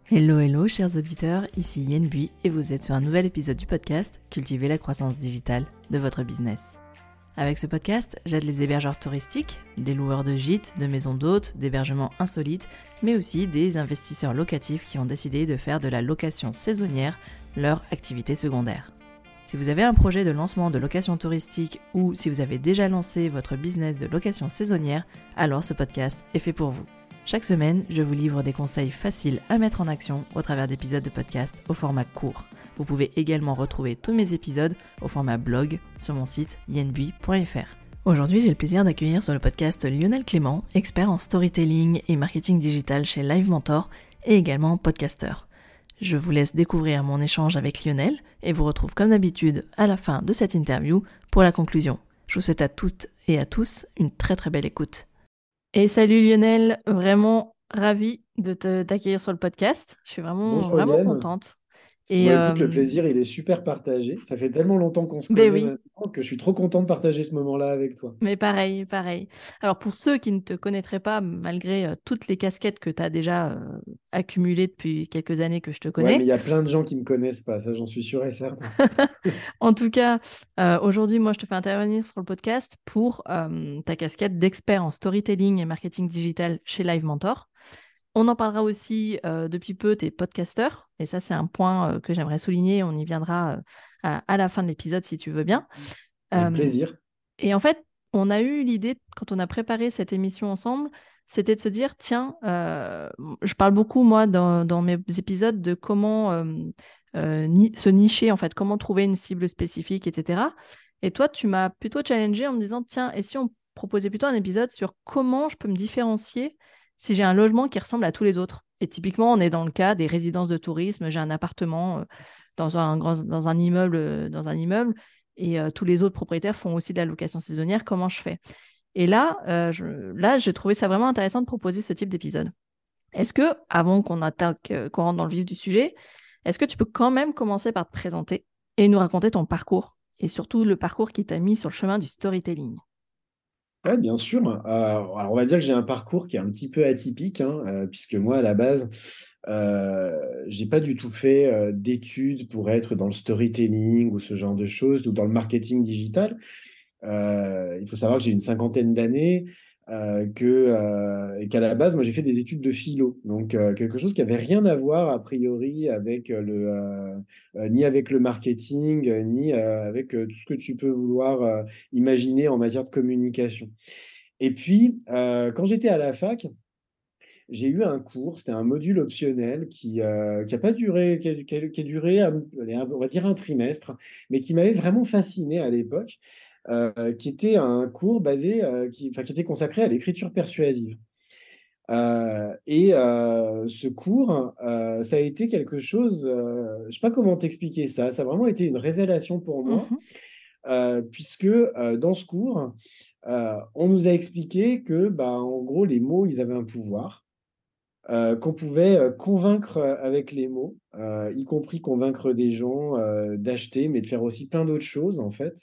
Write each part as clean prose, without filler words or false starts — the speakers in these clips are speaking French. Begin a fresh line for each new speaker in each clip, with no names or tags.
Hello, hello, chers auditeurs, ici Yen Bui et vous êtes sur un nouvel épisode du podcast Cultiver la croissance digitale de votre business. Avec ce podcast, j'aide les hébergeurs touristiques, des loueurs de gîtes, de maisons d'hôtes, d'hébergements insolites, mais aussi des investisseurs locatifs qui ont décidé de faire de la location saisonnière leur activité secondaire. Si vous avez un projet de lancement de location touristique ou si vous avez déjà lancé votre business de location saisonnière, alors ce podcast est fait pour vous. Chaque semaine, je vous livre des conseils faciles à mettre en action au travers d'épisodes de podcast au format court. Vous pouvez également retrouver tous mes épisodes au format blog sur mon site yenbui.fr. Aujourd'hui, j'ai le plaisir d'accueillir sur le podcast Lionel Clément, expert en storytelling et marketing digital chez Live Mentor et également podcasteur. Je vous laisse découvrir mon échange avec Lionel et vous retrouve comme d'habitude à la fin de cette interview pour la conclusion. Je vous souhaite à toutes et à tous une très très belle écoute. Et salut Lionel, vraiment ravie de t'accueillir sur le podcast. Je suis
Bonjour
vraiment
Yann.
contente. Et
Bon, écoute, le plaisir, il est super partagé. Ça fait tellement longtemps qu'on se
ben
connaît
oui,
maintenant que je suis trop content de partager ce moment-là avec toi.
mais pareil. Alors pour ceux qui ne te connaîtraient pas, malgré toutes les casquettes que tu as déjà accumulées depuis quelques années que je te
Ouais, mais
connais,
il y a plein de gens qui me connaissent pas, ça j'en suis sûr et certain.
en tout cas, aujourd'hui, moi, je te fais intervenir sur le podcast pour ta casquette d'expert en storytelling et marketing digital chez Live Mentor. On en parlera aussi depuis peu, t'es podcasteur. Et ça, c'est un point que j'aimerais souligner. On y viendra à la fin de l'épisode si tu veux bien.
Avec
Euh,
plaisir.
et en fait, on a eu l'idée, quand on a préparé cette émission ensemble, c'était de se dire, tiens, je parle beaucoup, moi, dans mes épisodes, de comment se nicher, en fait, comment trouver une cible spécifique, etc. Et toi, tu m'as plutôt challengé en me disant, tiens, et si on proposait plutôt un épisode sur comment je peux me différencier si j'ai un logement qui ressemble à tous les autres? Et typiquement, on est dans le cas des résidences de tourisme. J'ai un appartement dans un immeuble et tous les autres propriétaires font aussi de la location saisonnière, comment je fais? Et là, j'ai trouvé ça vraiment intéressant de proposer ce type d'épisode. Est-ce que, avant qu'on attaque, qu'on rentre dans le vif du sujet, est-ce que tu peux quand même commencer par te présenter et nous raconter ton parcours et surtout le parcours qui t'a mis sur le chemin du storytelling?
Ouais, bien sûr. Alors on va dire que j'ai un parcours qui est un petit peu atypique, hein, puisque moi, à la base, j'ai pas du tout fait d'études pour être dans le storytelling ou ce genre de choses, ou dans le marketing digital. Il faut savoir que j'ai une cinquantaine d'années, et qu'à la base, moi, j'ai fait des études de philo. Donc, quelque chose qui avait rien à voir, a priori, avec ni avec le marketing, ni avec tout ce que tu peux vouloir imaginer en matière de communication. Et puis, quand j'étais à la fac, j'ai eu un cours, c'était un module optionnel qui a pas duré, qui a duré, allez, on va dire un trimestre, mais qui m'avait vraiment fasciné à l'époque, qui était un cours basé, enfin, qui était consacré à l'écriture persuasive. Ce cours, ça a été quelque chose, je sais pas comment t'expliquer ça, ça a vraiment été une révélation pour moi,
Mhm,
puisque dans ce cours, on nous a expliqué que, bah, en gros, les mots, ils avaient un pouvoir qu'on pouvait convaincre avec les mots, y compris convaincre des gens d'acheter, mais de faire aussi plein d'autres choses, en fait.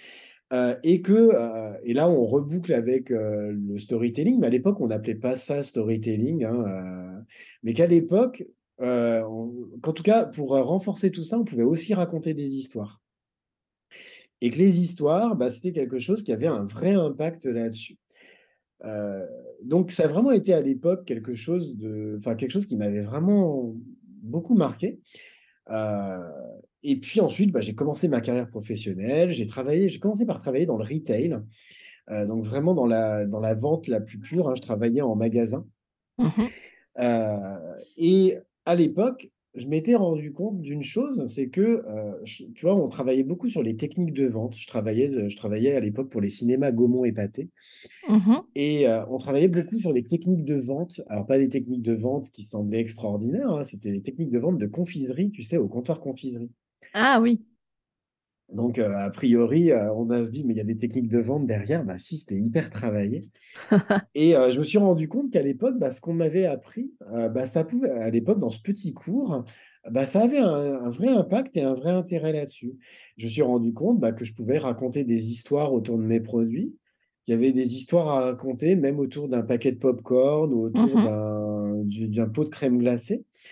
Et là, on reboucle avec le storytelling, mais à l'époque, on n'appelait pas ça storytelling, hein, mais qu'à l'époque, qu'en tout cas, pour renforcer tout ça, on pouvait aussi raconter des histoires. Et que les histoires, bah, c'était quelque chose qui avait un vrai impact là-dessus. Euh, donc, ça a vraiment été à l'époque enfin, quelque chose qui m'avait vraiment beaucoup marqué. Euh, et puis ensuite, bah, j'ai commencé ma carrière professionnelle. J'ai commencé par travailler dans le retail, donc vraiment dans la vente la plus pure, hein. Je travaillais en magasin.
mhm,
Et à l'époque, je m'étais rendu compte d'une chose, c'est que, tu vois, on travaillait beaucoup sur les techniques de vente. Je travaillais à l'époque pour les cinémas Gaumont et Pathé.
mhm.
Et on travaillait beaucoup sur les techniques de vente. Alors, pas des techniques de vente qui semblaient extraordinaires, hein, c'était des techniques de vente de confiserie, tu sais, au comptoir confiserie.
Ah oui.
Donc, a priori, on a se dit, mais il y a des techniques de vente derrière. Bah, si, c'était hyper travaillé. Et je me suis rendu compte qu'à l'époque, bah, ce qu'on m'avait appris, bah, ça pouvait, à l'époque, dans ce petit cours, bah, ça avait un vrai impact et un vrai intérêt là-dessus. Je me suis rendu compte bah, que je pouvais raconter des histoires autour de mes produits. Il y avait des histoires à raconter, même autour d'un paquet de pop-corn ou autour
Mhm.
d'un pot de crème glacée.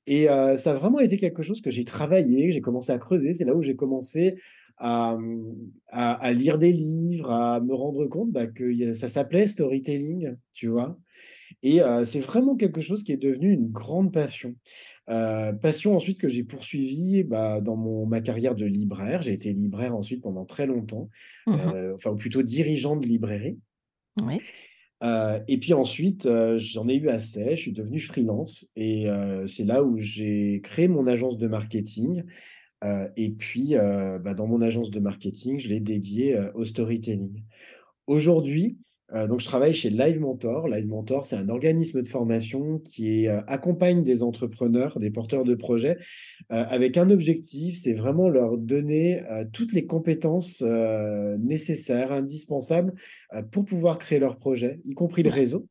Et ça a vraiment été quelque chose que j'ai travaillé, que j'ai commencé à creuser. C'est là où j'ai commencé à, à lire des livres, à me rendre compte que ça s'appelait storytelling, tu vois. Et c'est vraiment quelque chose qui est devenu une grande passion. Passion ensuite que j'ai poursuivie dans ma carrière de libraire. J'ai été libraire ensuite pendant très longtemps,
Mhm.
enfin ou plutôt dirigeant de librairie.
Oui.
Et puis ensuite, j'en ai eu assez, je suis devenu freelance et c'est là où j'ai créé mon agence de marketing. Et puis, dans mon agence de marketing, je l'ai dédiée au storytelling. Aujourd'hui, donc je travaille chez Live Mentor. Live Mentor, c'est un organisme de formation qui accompagne des entrepreneurs, des porteurs de projets, avec un objectif, c'est vraiment leur donner toutes les compétences nécessaires, indispensables pour pouvoir créer leur projet, y compris le
Ouais.
réseau.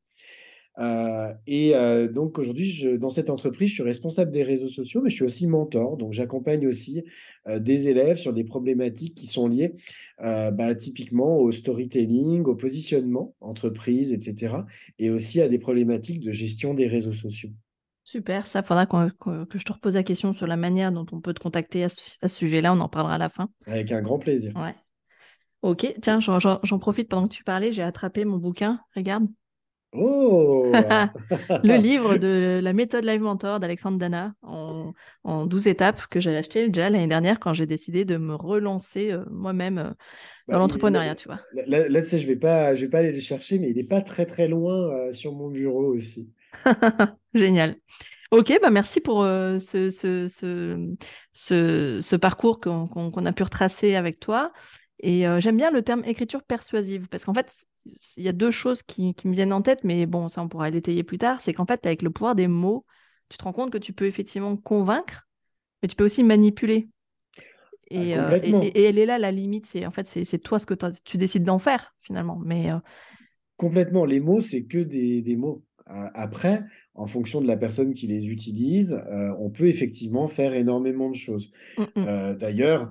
Donc aujourd'hui, dans cette entreprise, je suis responsable des réseaux sociaux, mais je suis aussi mentor. Donc j'accompagne aussi des élèves sur des problématiques qui sont liées typiquement au storytelling, au positionnement, entreprise, etc. Et aussi à des problématiques de gestion des réseaux sociaux.
Super, ça faudra que je te repose la question sur la manière dont on peut te contacter à ce sujet-là, on en parlera à la fin.
Avec un grand plaisir.
Ouais. Ok, tiens, j'en profite pendant que tu parlais, j'ai attrapé mon bouquin, regarde.
Oh!
Le livre de la méthode Live Mentor d'Alexandre Dana en 12 étapes que j'ai acheté déjà l'année dernière quand j'ai décidé de me relancer moi-même dans
Là,
l'entrepreneuriat, tu vois.
tu sais, je vais pas aller les chercher, mais il n'est pas très très loin sur mon bureau aussi.
Génial. Ok, bah merci pour ce parcours qu'on a pu retracer avec toi. Et j'aime bien le terme écriture persuasive, parce qu'en fait, il y a deux choses qui me viennent en tête, mais bon, ça on pourra l'étayer plus tard. C'est qu'en fait, avec le pouvoir des mots, tu te rends compte que tu peux effectivement convaincre, mais tu peux aussi manipuler.
Ah,
Et
complètement.
elle est là la limite, c'est toi ce que tu décides d'en faire finalement. Mais
Complètement. Les mots, c'est que des mots. Après, en fonction de la personne qui les utilise, on peut effectivement faire énormément de choses.
mm, mm.
D'ailleurs,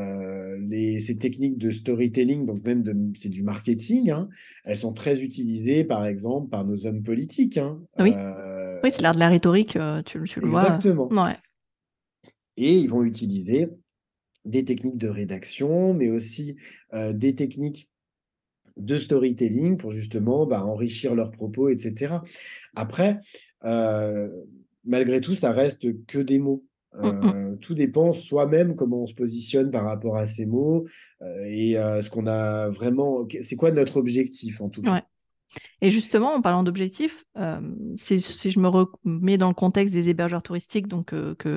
ces techniques de storytelling, donc c'est du marketing, hein, elles sont très utilisées, par exemple, par nos hommes politiques, hein.
Oui, oui, c'est l'art de la rhétorique, tu le vois.
Exactement.
Ouais.
Et ils vont utiliser des techniques de rédaction, mais aussi des techniques de storytelling pour justement enrichir leurs propos, etc. Après, euh, malgré tout, ça reste que des mots.
Mm, mm.
Tout dépend soi-même comment on se positionne par rapport à ces mots ce qu'on a vraiment. C'est quoi notre objectif en tout cas?
Ouais. Et justement, en parlant d'objectifs, si je me remets dans le contexte des hébergeurs touristiques donc,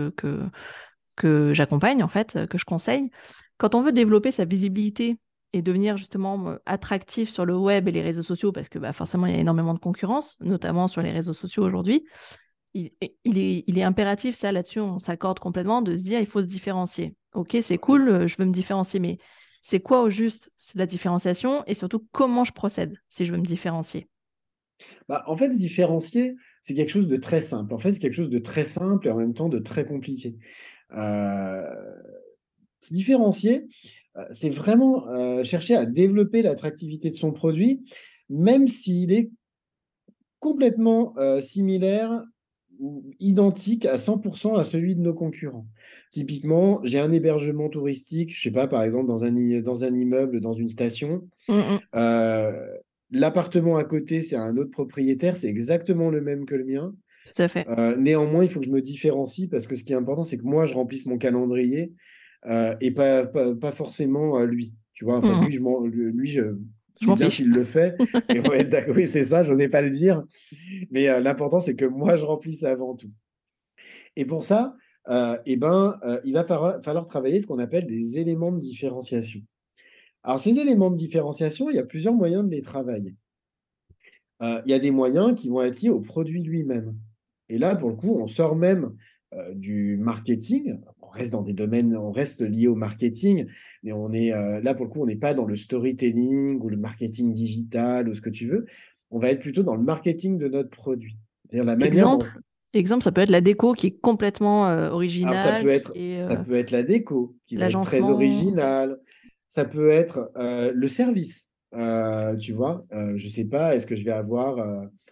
que j'accompagne, en fait, que je conseille, quand on veut développer sa visibilité et devenir justement attractif sur le web et les réseaux sociaux, parce que forcément, il y a énormément de concurrence, notamment sur les réseaux sociaux aujourd'hui, il est impératif, ça là-dessus, on s'accorde complètement, de se dire il faut se différencier. Ok, c'est cool, je veux me différencier, mais c'est quoi au juste la différenciation et surtout comment je procède si je veux me différencier?
En fait, se différencier, c'est quelque chose de très simple. En fait, c'est quelque chose de très simple et en même temps de très compliqué. Euh, Se différencier, c'est vraiment chercher à développer l'attractivité de son produit, même s'il est complètement similaire ou identique à 100% à celui de nos concurrents. Typiquement, j'ai un hébergement touristique, je sais pas, par exemple, dans un immeuble, dans une station.
Mm,
Euh, L'appartement à côté, c'est un autre propriétaire, c'est exactement le même que le mien.
tout à fait.
Néanmoins, il faut que je me différencie parce que ce qui est important, c'est que moi, je remplisse mon calendrier et pas forcément lui. Tu vois, enfin,
Mm, je
c'est
m'en
bien
fiche.
s'il le fait, mais ouais, d'accord, oui, c'est ça, je n'osais pas le dire. Mais l'important, c'est que moi, je remplisse avant tout. Et pour ça, il va falloir travailler ce qu'on appelle des éléments de différenciation. Alors, ces éléments de différenciation, il y a plusieurs moyens de les travailler. Il y a des moyens qui vont être liés au produit lui-même. Et là, pour le coup, on sort même du marketing. On reste dans des domaines, on reste lié au marketing, mais on est là, pour le coup, on n'est pas dans le storytelling ou le marketing digital ou ce que tu veux. On va être plutôt dans le marketing de notre produit. C'est-à-dire la manière dont.
Exemple, ça peut être la déco qui est complètement
Alors,
originale, qui est
ça peut être la déco qui va être très
l'agencement.
originale. Ça peut être le service. Tu vois, je sais pas, est-ce que je vais avoir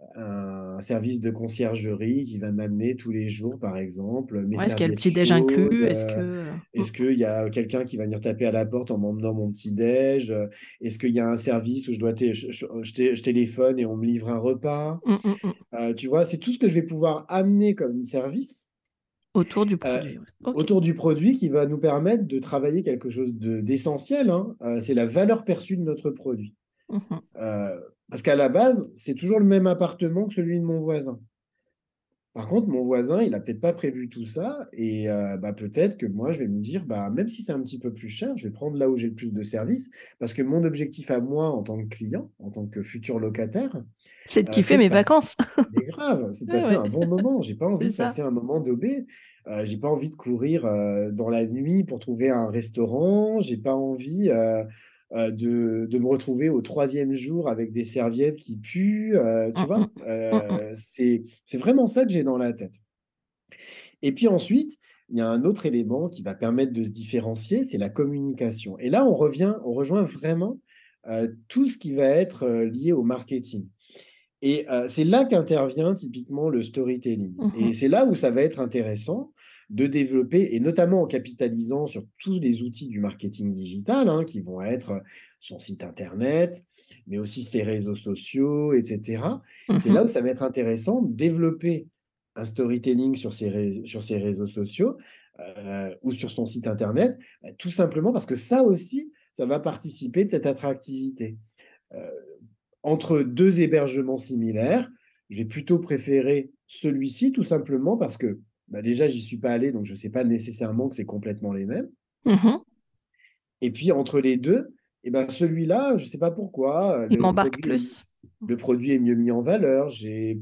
un service de conciergerie qui va m'amener tous les jours, par exemple, mes
Ouais, est-ce qu'il y a le
serviettes
petit-déj
chaudes.
inclus? Est-ce que...
Est-ce qu'il y a quelqu'un qui va venir taper à la porte en m'emmenant mon petit-déj? Est-ce qu'il y a un service où je téléphone et on me livre un repas?
Mm, mm, mm.
Tu vois, c'est tout ce que je vais pouvoir amener comme service
Autour du
euh,
produit, ouais. Ok.
autour du produit qui va nous permettre de travailler quelque chose d'essentiel, hein. C'est la valeur perçue de notre produit.
Mhm.
Euh, Parce qu'à la base, c'est toujours le même appartement que celui de mon voisin. Par contre, mon voisin, il n'a peut-être pas prévu tout ça. Et bah, peut-être que moi, je vais me dire, bah, même si c'est un petit peu plus cher, je vais prendre là où j'ai le plus de services. Parce que mon objectif à moi, en tant que client, en tant que futur locataire,
C'est de kiffer
c'est de
mes
passer.
vacances.
Mais grave, c'est de
Ouais,
passer
ouais,
un bon moment. J'ai pas envie
c'est
de
ça.
passer un moment daubé. J'ai pas envie de courir dans la nuit pour trouver un restaurant. J'ai pas envie de me retrouver au troisième jour avec des serviettes qui puent. Tu
Mm, mm,
vois.
mm, mm.
C'est vraiment ça que j'ai dans la tête. Et puis ensuite, il y a un autre élément qui va permettre de se différencier, c'est la communication. Et là, on rejoint vraiment tout ce qui va être lié au marketing. Et c'est là qu'intervient typiquement le storytelling.
Mhm.
Et c'est là où ça va être intéressant de développer, et notamment en capitalisant sur tous les outils du marketing digital, hein, qui vont être son site internet, mais aussi ses réseaux sociaux, etc. C'est
Mhm.
là où ça va être intéressant de développer un storytelling sur ses réseaux sociaux ou sur son site internet, tout simplement parce que ça aussi, ça va participer de cette attractivité. Euh, Entre deux hébergements similaires, je vais plutôt préférer celui-ci tout simplement parce que bah déjà, j'y suis pas allé, donc je ne sais pas nécessairement que c'est complètement les mêmes.
Mhm.
Et puis entre les deux, eh ben, celui-là, je ne sais pas pourquoi,
Il m'embarque plus.
le produit est mieux mis en valeur,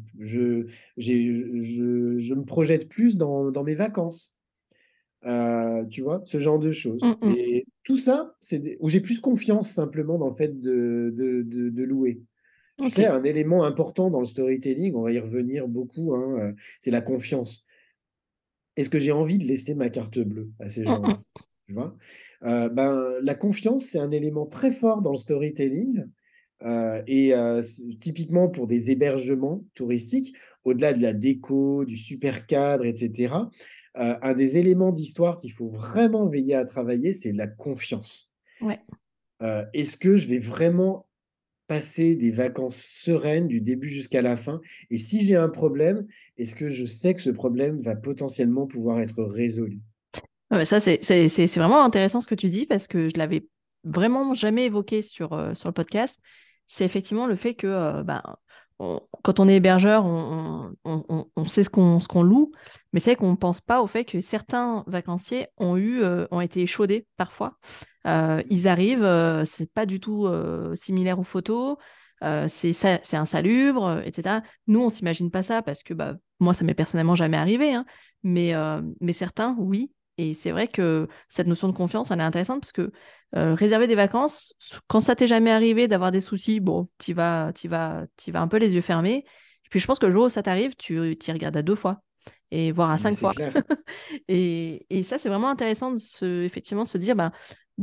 je me projette plus dans mes vacances. Tu vois, ce genre de choses.
Mm, mm.
Et tout ça, où j'ai plus confiance simplement dans le fait de louer. Tu
Ok.
sais, un élément important dans le storytelling, on va y revenir beaucoup, hein, c'est la confiance. Est-ce que j'ai envie de laisser ma carte bleue à ces
Mm,
gens-là?
mm.
Tu vois? La confiance, c'est un élément très fort dans le storytelling. Typiquement pour des hébergements touristiques, au-delà de la déco, du super cadre, etc., un des éléments d'histoire qu'il faut vraiment veiller à travailler, c'est la confiance.
Ouais.
Est-ce que je vais vraiment passer des vacances sereines du début jusqu'à la fin? Et si j'ai un problème, est-ce que je sais que ce problème va potentiellement pouvoir être résolu?
Ouais, mais ça, c'est vraiment intéressant ce que tu dis parce que je l'avais vraiment jamais évoqué sur le podcast. C'est effectivement le fait que ben, quand on est hébergeur, on sait ce qu'on loue, mais c'est vrai qu'on ne pense pas au fait que certains vacanciers ont été échaudés parfois. Ils arrivent, c'est pas du tout similaire aux photos, c'est insalubre, etc. Nous, on s'imagine pas ça parce que bah, moi, ça m'est personnellement jamais arrivé, hein, mais certains, oui. Et c'est vrai que cette notion de confiance, elle est intéressante parce que réserver des vacances, quand ça t'est jamais arrivé d'avoir des soucis, bon, t'y vas un peu les yeux fermés. Et puis je pense que le jour où ça t'arrive, tu t'y regardes à 2 fois et voire à
Mais
cinq
c'est
fois.
clair.
Et ça, c'est vraiment intéressant effectivement, de se dire, ben,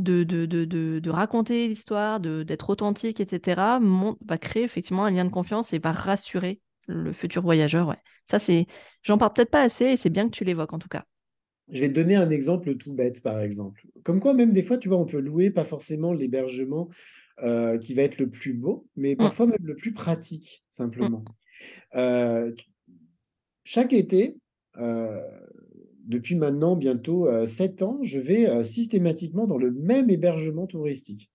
de raconter l'histoire, d'être authentique, etc., va créer effectivement un lien de confiance et va rassurer le futur voyageur. Ouais. Ça, j'en parle peut-être pas assez et c'est bien que tu l'évoques en tout cas.
Je vais te donner un exemple tout bête, par exemple. Comme quoi, même des fois, tu vois, on peut louer pas forcément l'hébergement qui va être le plus beau, mais
Mm,
parfois même le plus pratique,
mm.
simplement. Euh, Chaque été, euh, depuis maintenant bientôt 7 ans, je vais systématiquement dans le même hébergement touristique.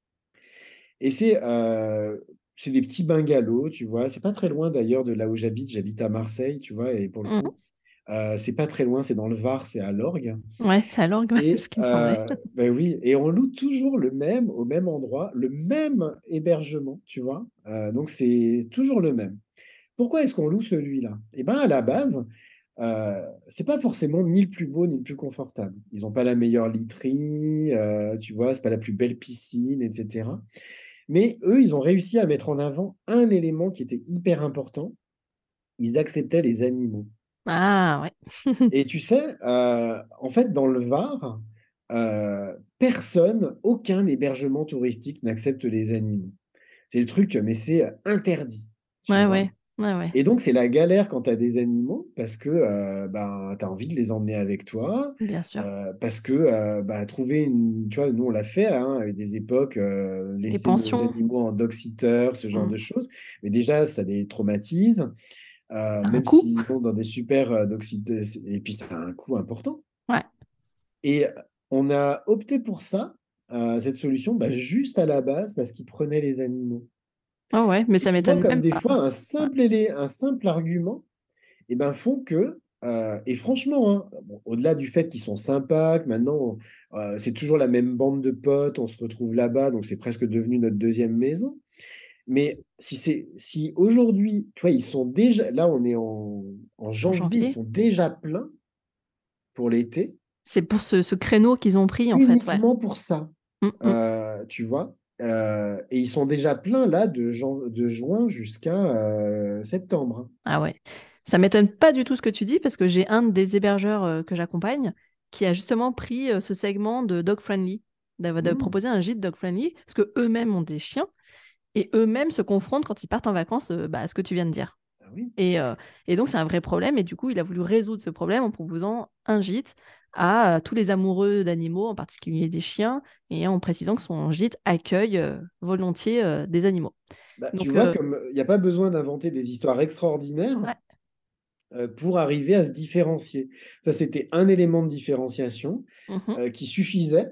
Et c'est des petits bungalows, tu vois. C'est pas très loin d'ailleurs de là où j'habite. J'habite à Marseille, tu vois. Et pour le
Mm.
coup, c'est pas très loin. C'est dans le Var, c'est à Lorgues.
Ouais, ça langue, ouais, ce
Et
qui me semblait.
ben oui, et on loue toujours le même, au même endroit, le même hébergement, tu vois. Donc c'est toujours le même. Pourquoi est-ce qu'on loue celui-là? Eh bien, à la base, c'est pas forcément ni le plus beau ni le plus confortable. Ils n'ont pas la meilleure literie, tu vois, c'est pas la plus belle piscine, etc. Mais eux, ils ont réussi à mettre en avant un élément qui était hyper important. Ils acceptaient les animaux.
Ah ouais.
Et tu sais, en fait, dans le Var, personne, aucun hébergement touristique n'accepte les animaux. C'est le truc, mais c'est interdit, tu
Ouais,
vois.
ouais. Ouais, ouais.
Et donc, c'est la galère quand tu as des animaux parce que ben, tu as envie de les emmener avec toi.
Bien sûr.
Parce que bah, trouver une. Tu vois, nous, on l'a fait hein, avec des époques,
Les
laisser nos
pensions.
animaux en dog-sitter, ce genre
Mm.
de choses. Mais déjà, ça les traumatise,
Ça a un
même
coût.
s'ils sont dans des super dog-sitters. Et puis, ça a un coût important.
Ouais.
Et on a opté pour ça, cette solution, bah, juste à la base parce qu'ils prenaient les animaux.
Oh ouais, mais
Et
ça
tu vois,
m'étonne
comme
même
des
pas.
fois,
Ouais.
un simple argument eh ben, font que, et franchement, hein, bon, au-delà du fait qu'ils sont sympas, que maintenant, c'est toujours la même bande de potes, on se retrouve là-bas, donc c'est presque devenu notre deuxième maison. Mais si aujourd'hui, tu vois, ils sont déjà, là, on est en
En
janvier, ils
janvier.
sont déjà pleins pour l'été,
C'est pour ce créneau qu'ils ont pris, en fait, ouais.
uniquement pour ça,
Mm, mm.
tu vois. Et ils sont déjà pleins là de juin jusqu'à septembre, hein.
Ah ouais. Ça m'étonne pas du tout ce que tu dis parce que j'ai un des hébergeurs que j'accompagne qui a justement pris ce segment de dog friendly, de
Mmh.
proposer un gîte dog friendly parce que eux-mêmes ont des chiens et eux-mêmes se confrontent quand ils partent en vacances bah, à ce que tu viens de dire.
Ah oui.
Et, euh, et donc c'est un vrai problème et du coup il a voulu résoudre ce problème en proposant un gîte à tous les amoureux d'animaux, en particulier des chiens, et en précisant que son gîte accueille volontiers des animaux.
Bah, tu
Donc
vois, comme il n'y a pas besoin d'inventer des histoires extraordinaires
ouais.
pour arriver à se différencier. Ça, c'était un élément de différenciation
Mhm.
qui suffisait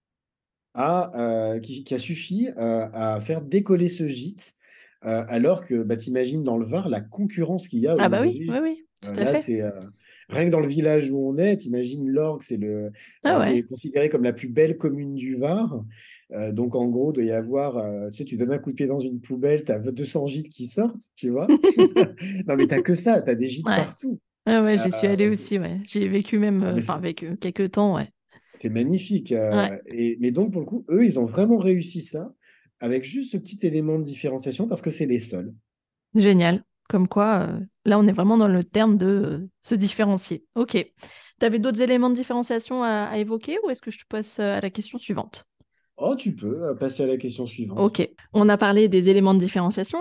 qui a suffi à faire décoller ce gîte, alors que bah, t'imagines dans le Var la concurrence qu'il y a au
Ah bah
niveau
oui,
des
oui,
gîtes.
oui, tout à
Là,
fait.
c'est rien que dans le village où on est, t'imagines l'Orgue,
Ah
c'est
ouais.
considéré comme la plus belle commune du Var. Donc en gros, il doit y avoir, tu sais, tu donnes un coup de pied dans une poubelle, tu as 200 gîtes qui sortent, tu vois. Non, mais t'as que ça, tu as des gîtes
Ouais.
partout.
Ouais, ouais, j'y suis allée
Euh, c'est
aussi, ouais. J'y ai vécu même,
ah, mais
enfin, avec quelques temps, ouais.
c'est magnifique.
Ouais,
Mais donc, pour le coup, eux, ils ont vraiment réussi ça avec juste ce petit élément de différenciation parce que c'est les seuls.
génial. Comme quoi, là, on est vraiment dans le terme de se différencier. Ok. Tu avais d'autres éléments de différenciation à évoquer ou est-ce que je te passe à la question suivante?
Oh, tu peux passer à la question suivante.
Ok. On a parlé des éléments de différenciation.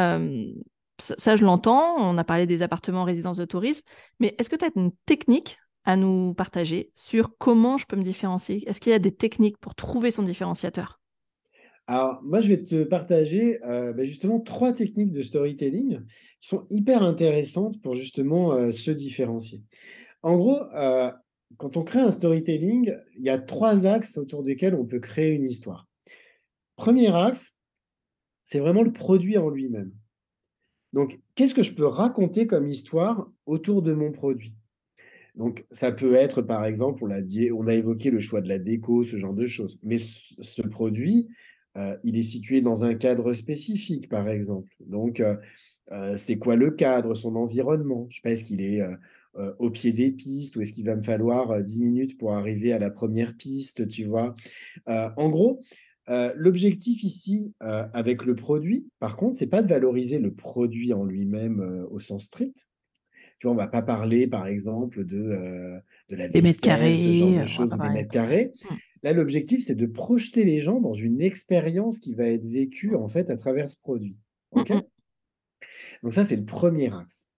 Ça, je l'entends. On a parlé des appartements en résidence de tourisme. Mais est-ce que tu as une technique à nous partager sur comment je peux me différencier? Est-ce qu'il y a des techniques pour trouver son différenciateur?
Alors, moi, je vais te partager bah, justement trois techniques de storytelling qui sont hyper intéressantes pour justement se différencier. En gros, quand on crée un storytelling, il y a trois axes autour desquels on peut créer une histoire. Premier axe, c'est vraiment le produit en lui-même. Donc, qu'est-ce que je peux raconter comme histoire autour de mon produit? Donc, ça peut être, par exemple, on a évoqué le choix de la déco, ce genre de choses. Mais ce produit, il est situé dans un cadre spécifique, par exemple. Donc, c'est quoi le cadre, son environnement? Je ne sais pas, est-ce qu'il est au pied des pistes ou est-ce qu'il va me falloir 10 minutes pour arriver à la première piste, tu vois? En gros, l'objectif ici, avec le produit, par contre, c'est pas de valoriser le produit en lui-même au sens strict. Tu vois, on va pas parler, par exemple, de la
Des mètres
vaisselle, ce genre
carrés,
de
on va
choses,
pas
ou des
parler.
mètres carrés.
Hmm.
Là, l'objectif, c'est de projeter les gens dans une expérience qui va être vécue, en fait, à travers ce produit.
Hmm,
OK?
hmm.
Donc ça, c'est le premier axe.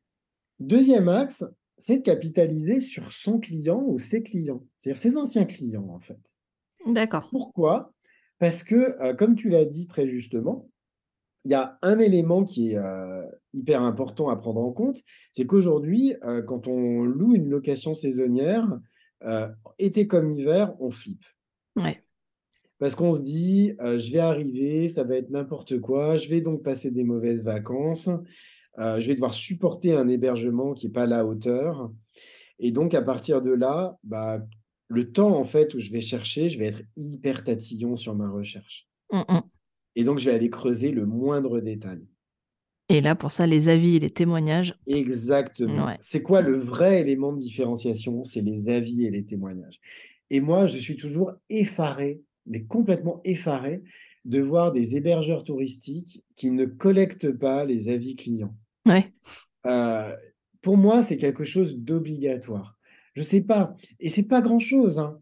Deuxième axe, c'est de capitaliser sur son client ou ses clients, c'est-à-dire ses anciens clients, en fait.
D'accord.
Pourquoi? Parce que, comme tu l'as dit très justement, il y a un élément qui est hyper important à prendre en compte, c'est qu'aujourd'hui, quand on loue une location saisonnière, euh, été comme hiver, on flippe.
Ouais.
Parce qu'on se dit, je vais arriver, ça va être n'importe quoi, je vais donc passer des mauvaises vacances, je vais devoir supporter un hébergement qui n'est pas à la hauteur. Et donc, à partir de là, bah, le temps en fait où je vais chercher, je vais être hyper tatillon sur ma recherche.
Hmm, hmm.
Et donc, je vais aller creuser le moindre détail.
Et là, pour ça, les avis et les témoignages,
Exactement.
ouais.
C'est quoi
Hmm.
le vrai élément de différenciation? C'est les avis et les témoignages. Et moi, je suis toujours effaré, mais complètement effaré, de voir des hébergeurs touristiques qui ne collectent pas les avis clients.
Ouais.
Euh, pour moi, c'est quelque chose d'obligatoire. Je sais pas, et c'est pas grand-chose, hein.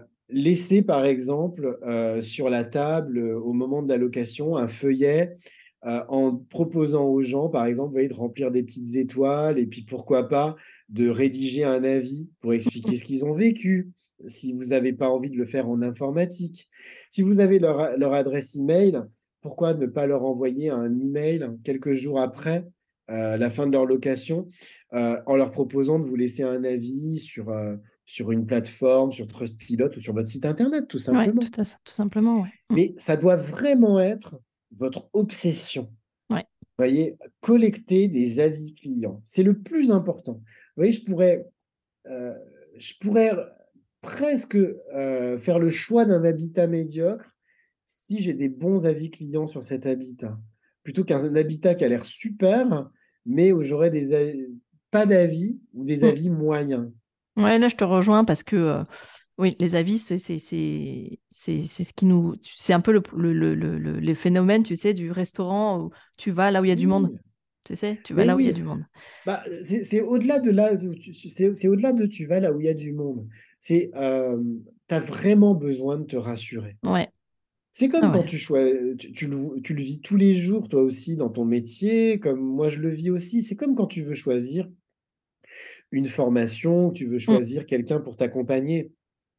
Laisser, par exemple, sur la table, au moment de la location, un feuillet en proposant aux gens, par exemple, vous voyez, de remplir des petites étoiles et puis pourquoi pas de rédiger un avis pour expliquer ce qu'ils ont vécu, si vous n'avez pas envie de le faire en informatique. Si vous avez leur adresse email, pourquoi ne pas leur envoyer un email quelques jours après la fin de leur location en leur proposant de vous laisser un avis sur une plateforme, sur Trustpilot ou sur votre site internet, tout
Ouais,
simplement.
tout simplement, ouais.
Mais ça doit vraiment être votre obsession.
Ouais.
Vous voyez, collecter des avis clients, c'est le plus important. Vous voyez, euh, je pourrais presque faire le choix d'un habitat médiocre si j'ai des bons avis clients sur cet habitat, plutôt qu'un habitat qui a l'air super, mais où j'aurais pas d'avis ou des
Mm.
avis moyens.
Ouais, là, je te rejoins parce que oui, les avis, c'est ce qui nous. C'est un peu les phénomènes, tu sais, du restaurant où tu vas là où il y a du monde.
Oui,
Tu sais, tu vas
mais
là où il y a
oui,
du monde.
bah, c'est au-delà de là où c'est au-delà de tu vas là où il y a du monde. C'est tu as vraiment besoin de te rassurer.
Ouais,
C'est
ah
comme quand
ouais.
tu le vis tous les jours, toi aussi, dans ton métier, comme moi je le vis aussi. C'est comme quand tu veux choisir une formation, tu veux
Mm.
choisir quelqu'un pour t'accompagner.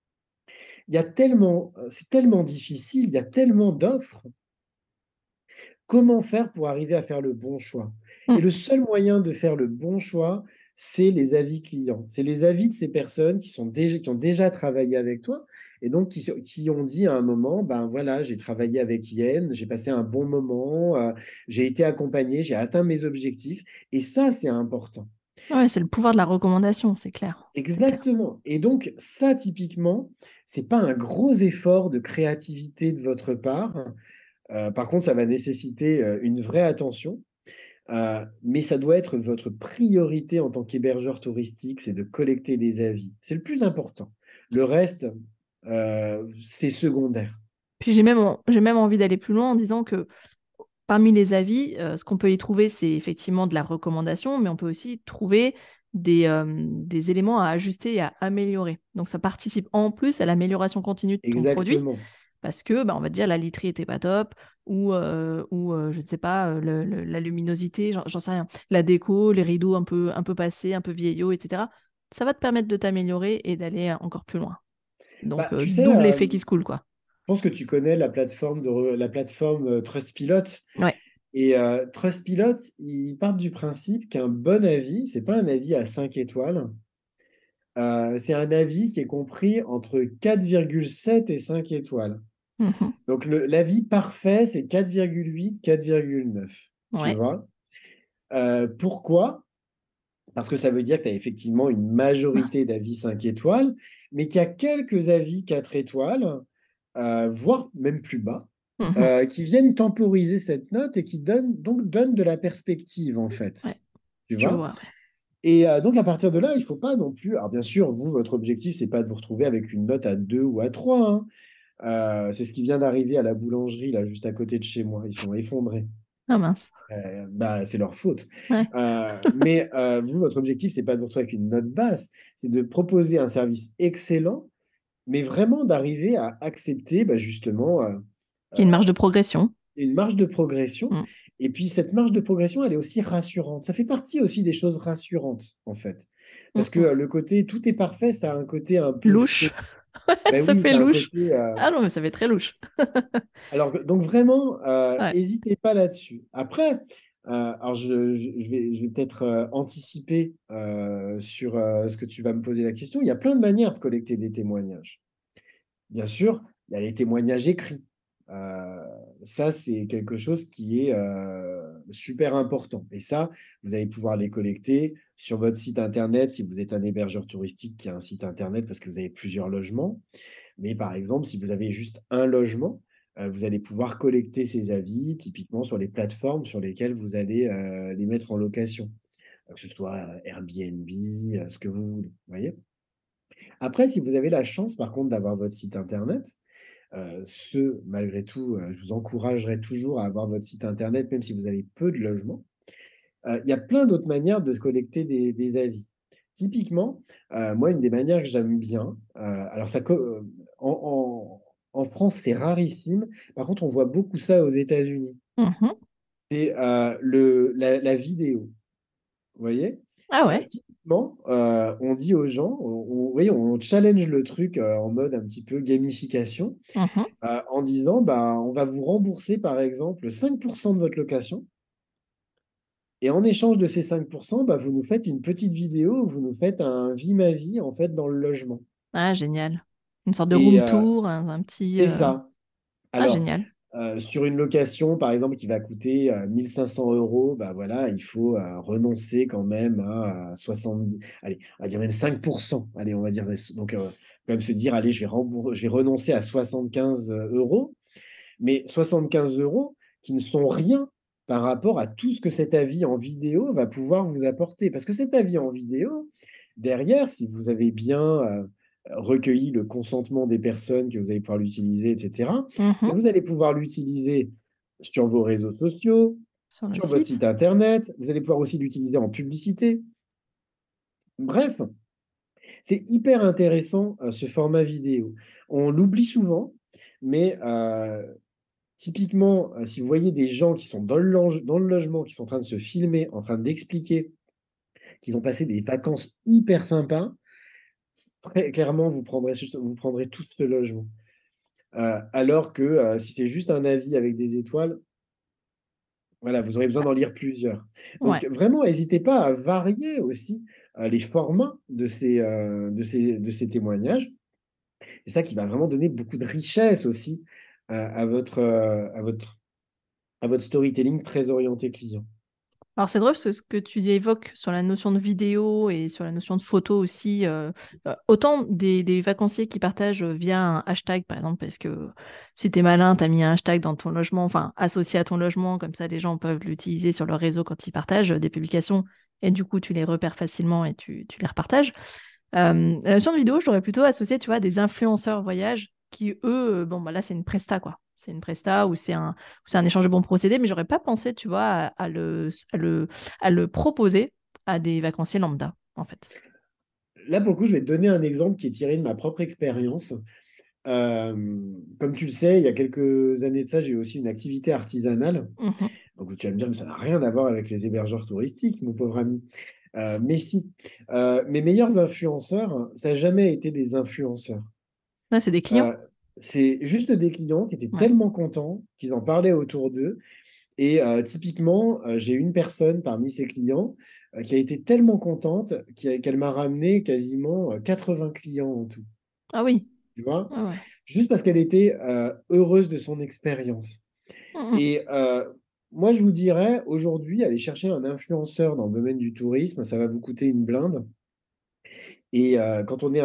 C'est tellement difficile, il y a tellement d'offres. Comment faire pour arriver à faire le bon choix? Et
Mm.
le seul moyen de faire le bon choix, c'est les avis clients. C'est les avis de ces personnes qui ont déjà travaillé avec toi et donc qui ont dit à un moment, ben voilà, j'ai travaillé avec Yen, j'ai passé un bon moment, j'ai été accompagné, j'ai atteint mes objectifs. Et ça, c'est important.
Ouais, c'est le pouvoir de la recommandation, c'est clair. C'est clair.
Exactement. Et donc, ça, typiquement, c'est pas un gros effort de créativité de votre part. Par contre, ça va nécessiter une vraie attention. Mais ça doit être votre priorité en tant qu'hébergeur touristique, c'est de collecter des avis. C'est le plus important. Le reste, c'est secondaire.
Puis j'ai même envie d'aller plus loin en disant que parmi les avis, ce qu'on peut y trouver, c'est effectivement de la recommandation, mais on peut aussi trouver des éléments à ajuster et à améliorer. Donc ça participe en plus à l'amélioration continue de ton produit,
Exactement.
parce que bah, on va te dire la literie était pas top, ou je ne sais pas, la luminosité, j'en sais rien, la déco, les rideaux un peu passés, un peu vieillots, etc. Ça va te permettre de t'améliorer et d'aller encore plus loin. Donc
Tu sais,
double effet qui se coule, quoi.
je pense que tu connais la plateforme Trustpilot.
Ouais.
Et Trustpilot, ils partent du principe qu'un bon avis, c'est pas un avis à 5 étoiles, c'est un avis qui est compris entre 4,7 et 5 étoiles.
Mhm.
Donc, l'avis parfait, c'est 4,8, 4,9. Tu
Ouais.
vois? Pourquoi? Parce que ça veut dire que tu as effectivement une majorité d'avis 5 étoiles, mais qu'il y a quelques avis 4 étoiles, voire même plus bas,
Mhm.
qui viennent temporiser cette note et qui donnent de la perspective, en fait.
Ouais.
Tu
Je
vois?
vois, ouais.
Et donc, à partir de là, il ne faut pas non plus. Alors, bien sûr, vous, votre objectif, c'est pas de vous retrouver avec une note à 2 ou à 3, hein. C'est ce qui vient d'arriver à la boulangerie, là, juste à côté de chez moi. Ils sont effondrés.
Ah mince.
Bah, c'est leur faute.
Ouais.
Mais vous, votre objectif, c'est pas de vous retrouver avec une note basse, c'est de proposer un service excellent, mais vraiment d'arriver à accepter bah, justement
Qu'il y ait une
euh,
marge de progression.
une marge de progression.
Mm.
Et puis cette marge de progression, elle est aussi rassurante. Ça fait partie aussi des choses rassurantes, en fait.
Mm,
Parce que
mm.
le côté tout est parfait, ça a un côté un peu faux.
Louche.
Ben
Ça
oui,
fait
ça a un
louche.
côté.
Ah non, mais ça fait très louche.
Donc vraiment,
Ouais.
n'hésitez pas là-dessus. Après, alors je vais peut-être anticiper sur ce que tu vas me poser la question. Il y a plein de manières de collecter des témoignages. Bien sûr, il y a les témoignages écrits. Euh, Ça, c'est quelque chose qui est super important. Et ça, vous allez pouvoir les collecter sur votre site Internet si vous êtes un hébergeur touristique qui a un site Internet parce que vous avez plusieurs logements. Mais par exemple, si vous avez juste un logement, vous allez pouvoir collecter ces avis, typiquement sur les plateformes sur lesquelles vous allez les mettre en location, que ce soit Airbnb, ce que vous voulez. Vous voyez. Après, si vous avez la chance, par contre, d'avoir votre site Internet, malgré tout, je vous encouragerai toujours à avoir votre site Internet, même si vous avez peu de logements. Il y a plein d'autres manières de collecter des avis. Typiquement, moi, une des manières que j'aime bien, alors en France, c'est rarissime. Par contre, on voit beaucoup ça aux États-Unis.
Mhm.
C'est la vidéo. Vous voyez?
Ah ouais.
Typiquement, on dit aux gens, vous voyez, on challenge le truc en mode un petit peu gamification,
Mhm.
en disant, bah, on va vous rembourser par exemple 5% de votre location. Et en échange de ces 5%, bah, vous nous faites une petite vidéo, vous nous faites un vie ma vie en fait dans le logement.
Ah, génial. Une sorte de
Et
room tour, un petit...
c'est ça.
Ah,
Alors,
génial.
sur une location, par exemple, qui va coûter 1 500 euros, bah voilà, il faut renoncer quand même à 70, allez, on va dire même 5%. Allez, on va dire, donc, quand même se dire, allez, je vais renoncer à 75 euros, mais 75 euros qui ne sont rien par rapport à tout ce que cet avis en vidéo va pouvoir vous apporter. Parce que cet avis en vidéo, derrière, si vous avez bien recueilli le consentement des personnes que vous allez pouvoir l'utiliser, etc.,
Mhm.
mais vous allez pouvoir l'utiliser sur vos réseaux sociaux,
Sur le
sur votre
site.
site internet, vous allez pouvoir aussi l'utiliser en publicité. Bref, c'est hyper intéressant ce format vidéo. On l'oublie souvent, mais typiquement, si vous voyez des gens qui sont dans le logement, qui sont en train de se filmer, en train d'expliquer qu'ils ont passé des vacances hyper sympas, très clairement, vous prendrez tous ce logement. Alors que si c'est juste un avis avec des étoiles, voilà, vous aurez besoin d'en lire plusieurs. Donc,
Ouais.
vraiment, n'hésitez pas à varier aussi les formats de ces témoignages. C'est ça qui va vraiment donner beaucoup de richesse aussi à votre storytelling très orienté client.
Alors c'est drôle parce que ce que tu évoques sur la notion de vidéo et sur la notion de photo aussi, autant des vacanciers qui partagent via un hashtag par exemple, parce que si t'es malin, t'as mis un hashtag dans ton logement, enfin associé à ton logement, comme ça les gens peuvent l'utiliser sur leur réseau quand ils partagent des publications et du coup tu les repères facilement et tu les repartages. La notion de vidéo, je l'aurais plutôt associé, tu vois, à des influenceurs voyage qui, eux, bon, bah là, c'est une presta, quoi. C'est une presta ou c'est un échange de bons procédés, mais j'aurais pas pensé, tu vois, à le proposer à des vacanciers lambda, en fait.
Là, pour le coup, je vais te donner un exemple qui est tiré de ma propre expérience. Comme tu le sais, il y a quelques années de ça, j'ai eu aussi une activité artisanale.
Mhm.
Donc, tu vas me dire, mais ça n'a rien à voir avec les hébergeurs touristiques, mon pauvre ami. Mais si, mes meilleurs influenceurs, ça n'a jamais été des influenceurs.
Là, c'est des clients.
Euh, c'est juste des clients qui étaient
Ouais.
tellement contents qu'ils en parlaient autour d'eux. Et typiquement, j'ai une personne parmi ces clients qui a été tellement contente qu'elle m'a ramené quasiment 80 clients en tout.
Ah oui.
Tu vois?
Ah ouais.
Juste parce qu'elle était heureuse de son expérience.
Mhm.
Et moi, je vous dirais, aujourd'hui, aller chercher un influenceur dans le domaine du tourisme, ça va vous coûter une blinde. Et quand on est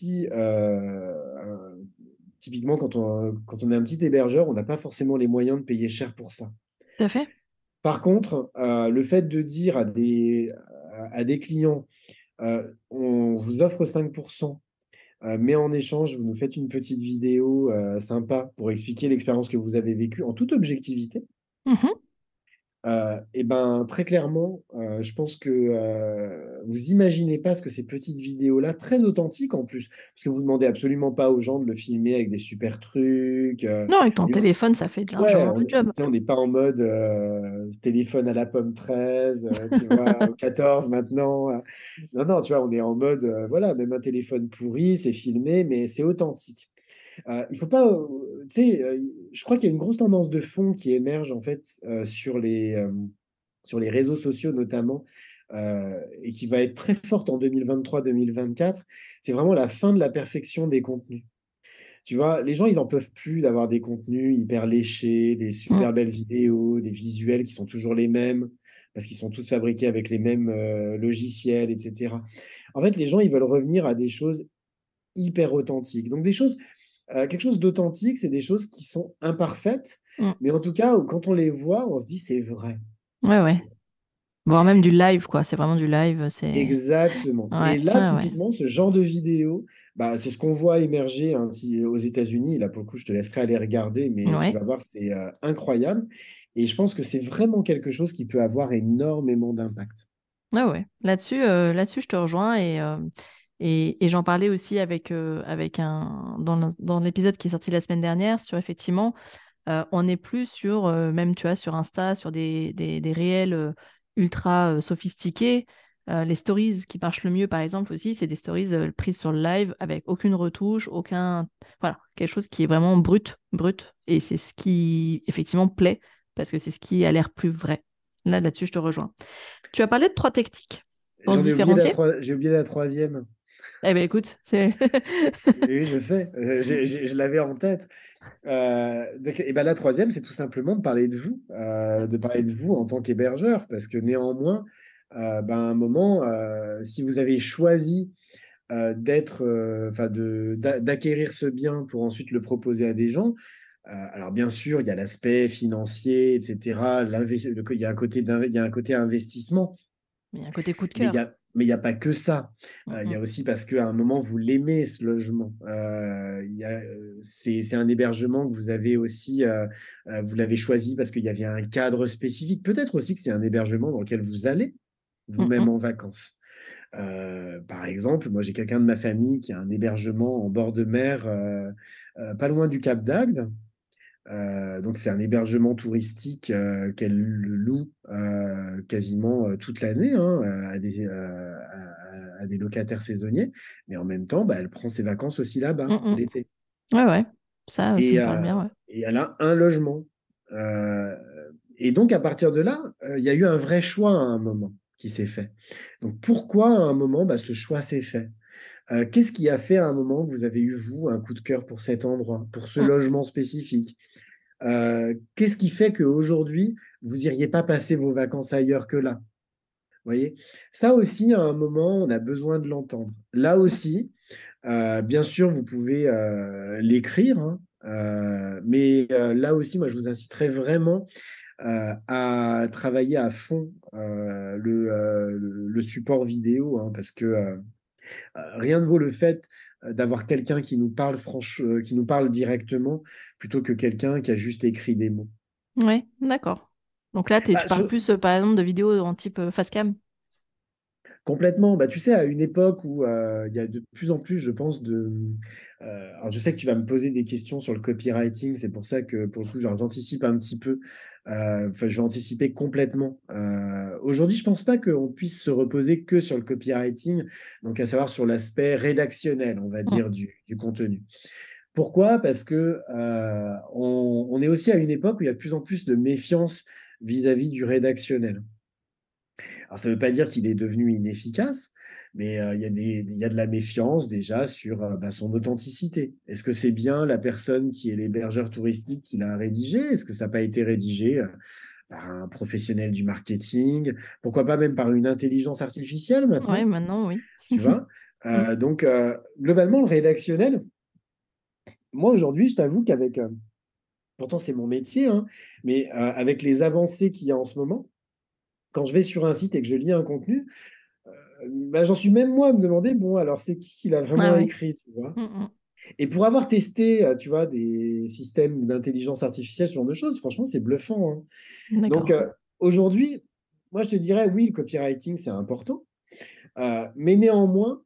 typiquement, quand on est un petit hébergeur, on n'a pas forcément les moyens de payer cher pour ça.
Tout à fait.
Par contre, le fait de dire à des clients, on vous offre 5%, mais en échange, vous nous faites une petite vidéo sympa pour expliquer l'expérience que vous avez vécue en toute objectivité.
Mhm.
Et ben très clairement, je pense que vous imaginez pas ce que ces petites vidéos-là, très authentiques en plus, parce que vous demandez absolument pas aux gens de le filmer avec des super trucs.
Non, avec ton
Et
téléphone, ça fait
ouais,
largement le
tu
job.
sais, on n'est pas en mode téléphone à la pomme 13, tu vois, au 14 maintenant. Non, non, tu vois, on est en mode, voilà, même un téléphone pourri, c'est filmé, mais c'est authentique. Il faut pas, tu sais, je crois qu'il y a une grosse tendance de fond qui émerge en fait sur les réseaux sociaux notamment, et qui va être très forte en 2023-2024. C'est vraiment la fin de la perfection des contenus. Tu vois, les gens, ils en peuvent plus d'avoir des contenus hyper léchés, des
Mm.
super belles vidéos, des visuels qui sont toujours les mêmes, parce qu'ils sont tous fabriqués avec les mêmes logiciels, etc. En fait, les gens, ils veulent revenir à des choses hyper authentiques. Donc, quelque chose d'authentique, c'est des choses qui sont imparfaites,
Mm.
mais en tout cas, quand on les voit, on se dit c'est vrai.
Ouais, ouais. Voire même du live, quoi. C'est vraiment du live. C'est...
Exactement.
Ouais,
Et là,
ouais, ouais.
typiquement, ce genre de vidéo, bah, c'est ce qu'on voit émerger hein, aux États-Unis. Là, pour le coup, je te laisserai aller regarder, mais tu
Ouais.
vas voir, c'est incroyable. Et je pense que c'est vraiment quelque chose qui peut avoir énormément d'impact.
Ouais, ouais. Là-dessus, je te rejoins et j'en parlais aussi avec dans l'épisode qui est sorti la semaine dernière sur effectivement On n'est plus sur, même tu vois, sur Insta, sur des réels ultra sophistiqués. Les stories qui marchent le mieux, par exemple, aussi, c'est des stories prises sur le live avec aucune retouche, aucun... Voilà, quelque chose qui est vraiment brut, brut. Et c'est ce qui, effectivement, plaît, parce que c'est ce qui a l'air plus vrai. Là-dessus, je te rejoins. Tu as parlé de 3 techniques pour se différencier.
J'ai oublié la troisième.
Eh bien, écoute, c'est...
Oui, je sais, je l'avais en tête. Et ben, la troisième, c'est tout simplement de parler de vous en tant qu'hébergeur, parce que néanmoins, ben, à un moment, si vous avez choisi d'acquérir ce bien pour ensuite le proposer à des gens, alors bien sûr, il y a l'aspect financier, etc. Il y a un côté investissement.
Il y a un côté coup de
Mais il y
cœur.
a, mais il y a pas que ça. Il y
Mhm.
a aussi parce qu'à un moment, vous l'aimez, ce logement. C'est un hébergement que vous avez aussi, vous l'avez choisi parce qu'il y avait un cadre spécifique. Peut-être aussi que c'est un hébergement dans lequel vous allez vous-même
Mhm.
en vacances. Par exemple, moi, j'ai quelqu'un de ma famille qui a un hébergement en bord de mer, pas loin du Cap d'Agde. Donc, c'est un hébergement touristique qu'elle loue quasiment toute l'année, hein, à des locataires saisonniers. Mais en même temps, bah, elle prend ses vacances aussi là-bas,
Mhm.
l'été.
Ouais, ouais. Ça
Et,
me parle bien, ouais.
et elle a un logement. Euh, et donc, à partir de là, il y a eu un vrai choix à un moment qui s'est fait. Donc, pourquoi à un moment, bah, ce choix s'est fait? Qu'est-ce qui a fait à un moment que vous avez eu, vous, un coup de cœur pour cet endroit, pour ce
Mm.
logement spécifique? Qu'est-ce qui fait qu'aujourd'hui, vous n'iriez pas passer vos vacances ailleurs que là? Vous voyez? Ça aussi, à un moment, on a besoin de l'entendre. Là aussi, bien sûr, vous pouvez l'écrire, hein, mais là aussi, moi, je vous inciterais vraiment à travailler à fond le support vidéo, hein, parce que rien ne vaut le fait d'avoir quelqu'un qui nous parle qui nous parle directement plutôt que quelqu'un qui a juste écrit des mots.
Ouais, d'accord. Donc là, tu
Bah,
parles plus, par exemple, de vidéos en type face cam.
complètement. Bah, tu sais, à une époque où il y a de plus en plus, je pense, alors, je sais que tu vas me poser des questions sur le copywriting, c'est pour ça que, pour le coup, genre, j'anticipe un petit peu. Enfin, je vais anticiper complètement. Aujourd'hui, je pense pas qu'on puisse se reposer que sur le copywriting, donc à savoir sur l'aspect rédactionnel, on va
Mm.
dire, du contenu. Pourquoi? Parce que on est aussi à une époque où il y a de plus en plus de méfiance vis-à-vis du rédactionnel. Alors, ça ne veut pas dire qu'il est devenu inefficace, mais il y a de la méfiance déjà sur bah, son authenticité. Est-ce que c'est bien la personne qui est l'hébergeur touristique qui l'a rédigé? Est-ce que ça n'a pas été rédigé par un professionnel du marketing? Pourquoi pas même par une intelligence artificielle
Ouais,
maintenant?
maintenant, oui.
Tu vois?
Mm.
Donc, globalement, le rédactionnel, moi aujourd'hui, je t'avoue qu'avec, pourtant c'est mon métier, hein, mais avec les avancées qu'il y a en ce moment, quand je vais sur un site et que je lis un contenu, bah, j'en suis même moi à me demander, bon, alors c'est qui l'a
Ah
vraiment
ouais.
écrit, tu vois?
Mm,
Et pour avoir testé, tu vois, des systèmes d'intelligence artificielle, ce genre de choses, franchement, c'est bluffant, hein.
mm.
Donc,
D'accord.
aujourd'hui, moi, je te dirais, oui, le copywriting, c'est important, mais néanmoins,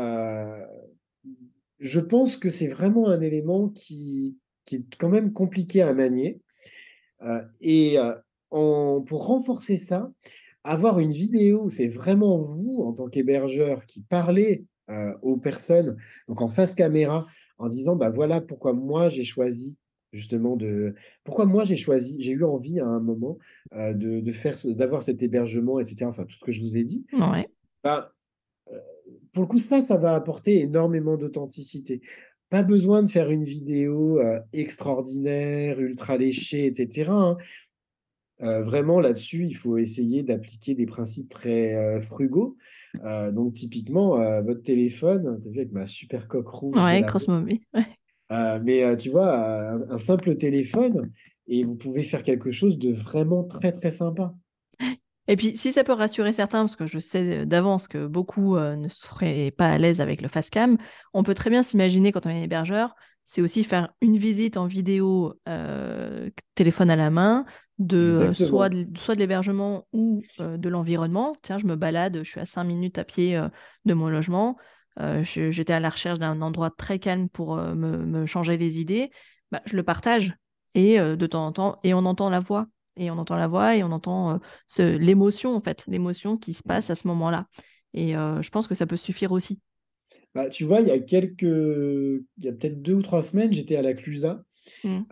je pense que c'est vraiment un élément qui est quand même compliqué à manier. Et pour renforcer ça, avoir une vidéo où c'est vraiment vous, en tant qu'hébergeur, qui parlez aux personnes, donc en face caméra, en disant, bah voilà pourquoi moi j'ai choisi justement pourquoi moi j'ai eu envie à un moment d'avoir cet hébergement, etc. Enfin, tout ce que je vous ai dit.
Ouais.
Bah, pour le coup, ça va apporter énormément d'authenticité. Pas besoin de faire une vidéo extraordinaire, ultra léchée, etc., hein. Vraiment, là-dessus, il faut essayer d'appliquer des principes très frugaux. Donc, typiquement, votre téléphone, tu as vu avec ma super coque rouge de
Ouais,
la
Cross-Movie. Ouais.
mais tu vois, un simple téléphone, et vous pouvez faire quelque chose de vraiment très, très sympa.
Et puis, si ça peut rassurer certains, parce que je sais d'avance que beaucoup ne seraient pas à l'aise avec le face cam, on peut très bien s'imaginer quand on est hébergeur, c'est aussi faire une visite en vidéo, téléphone à la main,
Exactement.
soit de l'hébergement ou de l'environnement. Tiens, je me balade, je suis à 5 minutes à pied de mon logement. J'étais à la recherche d'un endroit très calme pour me changer les idées. Bah, je le partage. et de temps en temps, et on entend la voix. Et on entend la voix et on entend l'émotion, en fait, l'émotion qui se passe à ce moment-là. Et je pense que ça peut suffire aussi.
Bah, tu vois, il y a peut-être 2 ou 3 semaines, j'étais à la Clusa.
Mm.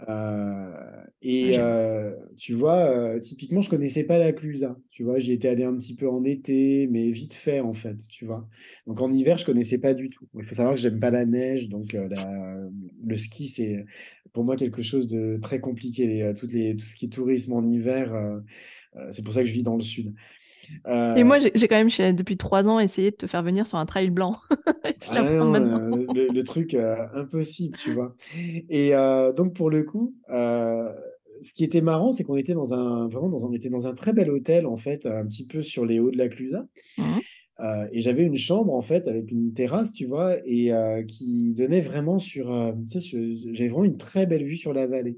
Ah,
Et
j'aime.
tu vois, typiquement, je connaissais pas la Clusa. Tu vois, j'y étais allé un petit peu en été, mais vite fait, en fait, tu vois. Donc en hiver, je connaissais pas du tout. Il faut savoir que j'aime pas la neige, donc le ski, c'est pour moi quelque chose de très compliqué. Tout ce qui est tourisme en hiver, c'est pour ça que je vis dans le sud.
Et
Euh,
moi, j'ai quand même, depuis 3 ans, essayé de te faire venir sur un trail blanc. Je
Ah
l'apprends
non,
maintenant.
le truc impossible, tu vois. Et donc pour le coup, ce qui était marrant, c'est qu'on était on était dans un très bel hôtel en fait, un petit peu sur les hauts de la Clusa.
Mhm.
Et j'avais une chambre en fait avec une terrasse, tu vois, et qui donnait vraiment tu sais, j'avais vraiment une très belle vue sur la vallée.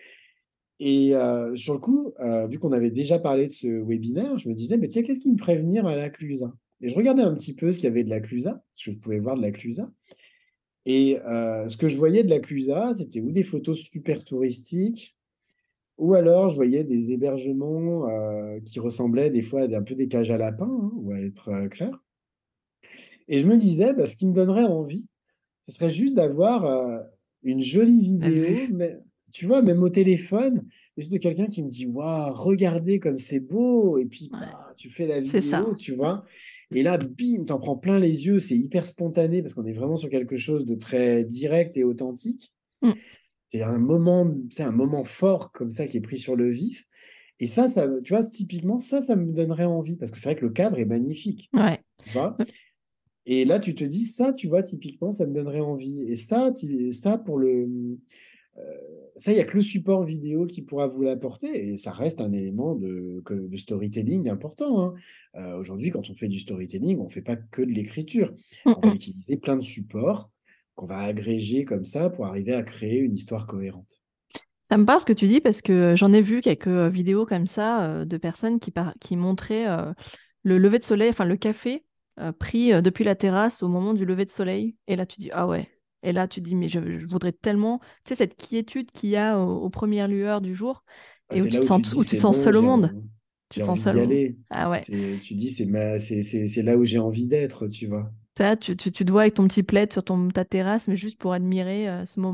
Et sur le coup, vu qu'on avait déjà parlé de ce webinaire, je me disais, mais tiens, qu'est-ce qui me ferait venir à la Clusa? Et je regardais un petit peu ce qu'il y avait de la Clusa, ce que je pouvais voir de la Clusa. Et ce que je voyais de la Clusa, c'était ou des photos super touristiques, ou alors je voyais des hébergements qui ressemblaient des fois un peu des cages à lapins, hein, on va être clair. Et je me disais, bah, ce qui me donnerait envie, ce serait juste d'avoir une jolie
La
vidéo,
vue.
mais tu vois, même au téléphone, juste de quelqu'un qui me dit, waouh, regardez comme c'est beau, et puis
Ouais,
bah, tu fais la
c'est
vidéo,
ça.
tu vois, et là, bim, t'en prends plein les yeux, c'est hyper spontané parce qu'on est vraiment sur quelque chose de très direct et authentique.
Mm.
C'est un moment fort comme ça qui est pris sur le vif. Et ça, tu vois, typiquement, ça me donnerait envie parce que c'est vrai que le cadre est magnifique,
Ouais.
tu vois. Et là, tu te dis, ça, tu vois, typiquement, ça me donnerait envie. Et ça, ça pour euh, ça, il n'y a que le support vidéo qui pourra vous l'apporter. Et ça reste un élément de storytelling important, hein. Aujourd'hui, quand on fait du storytelling, on ne fait pas que de l'écriture.
Mm,
On va
mm.
utiliser plein de supports qu'on va agréger comme ça pour arriver à créer une histoire cohérente.
Ça me parle ce que tu dis parce que j'en ai vu quelques vidéos comme ça de personnes qui montraient le lever de soleil, enfin le café pris depuis la terrasse au moment du lever de soleil. Et là, tu dis, ah ouais. Et là, tu dis, mais je voudrais tellement, tu sais, cette quiétude qu'il y a aux premières lueurs du jour
Ah,
et
c'est là où tu te dis,
où tu
c'est
te sens
bon,
seul au monde. Tu
j'ai
te sens
envie
seul
d'y
au monde.
aller.
Ah ouais.
Tu dis, c'est là où j'ai envie d'être, tu vois.
Tu te vois avec ton petit plaid sur ta terrasse, mais juste pour admirer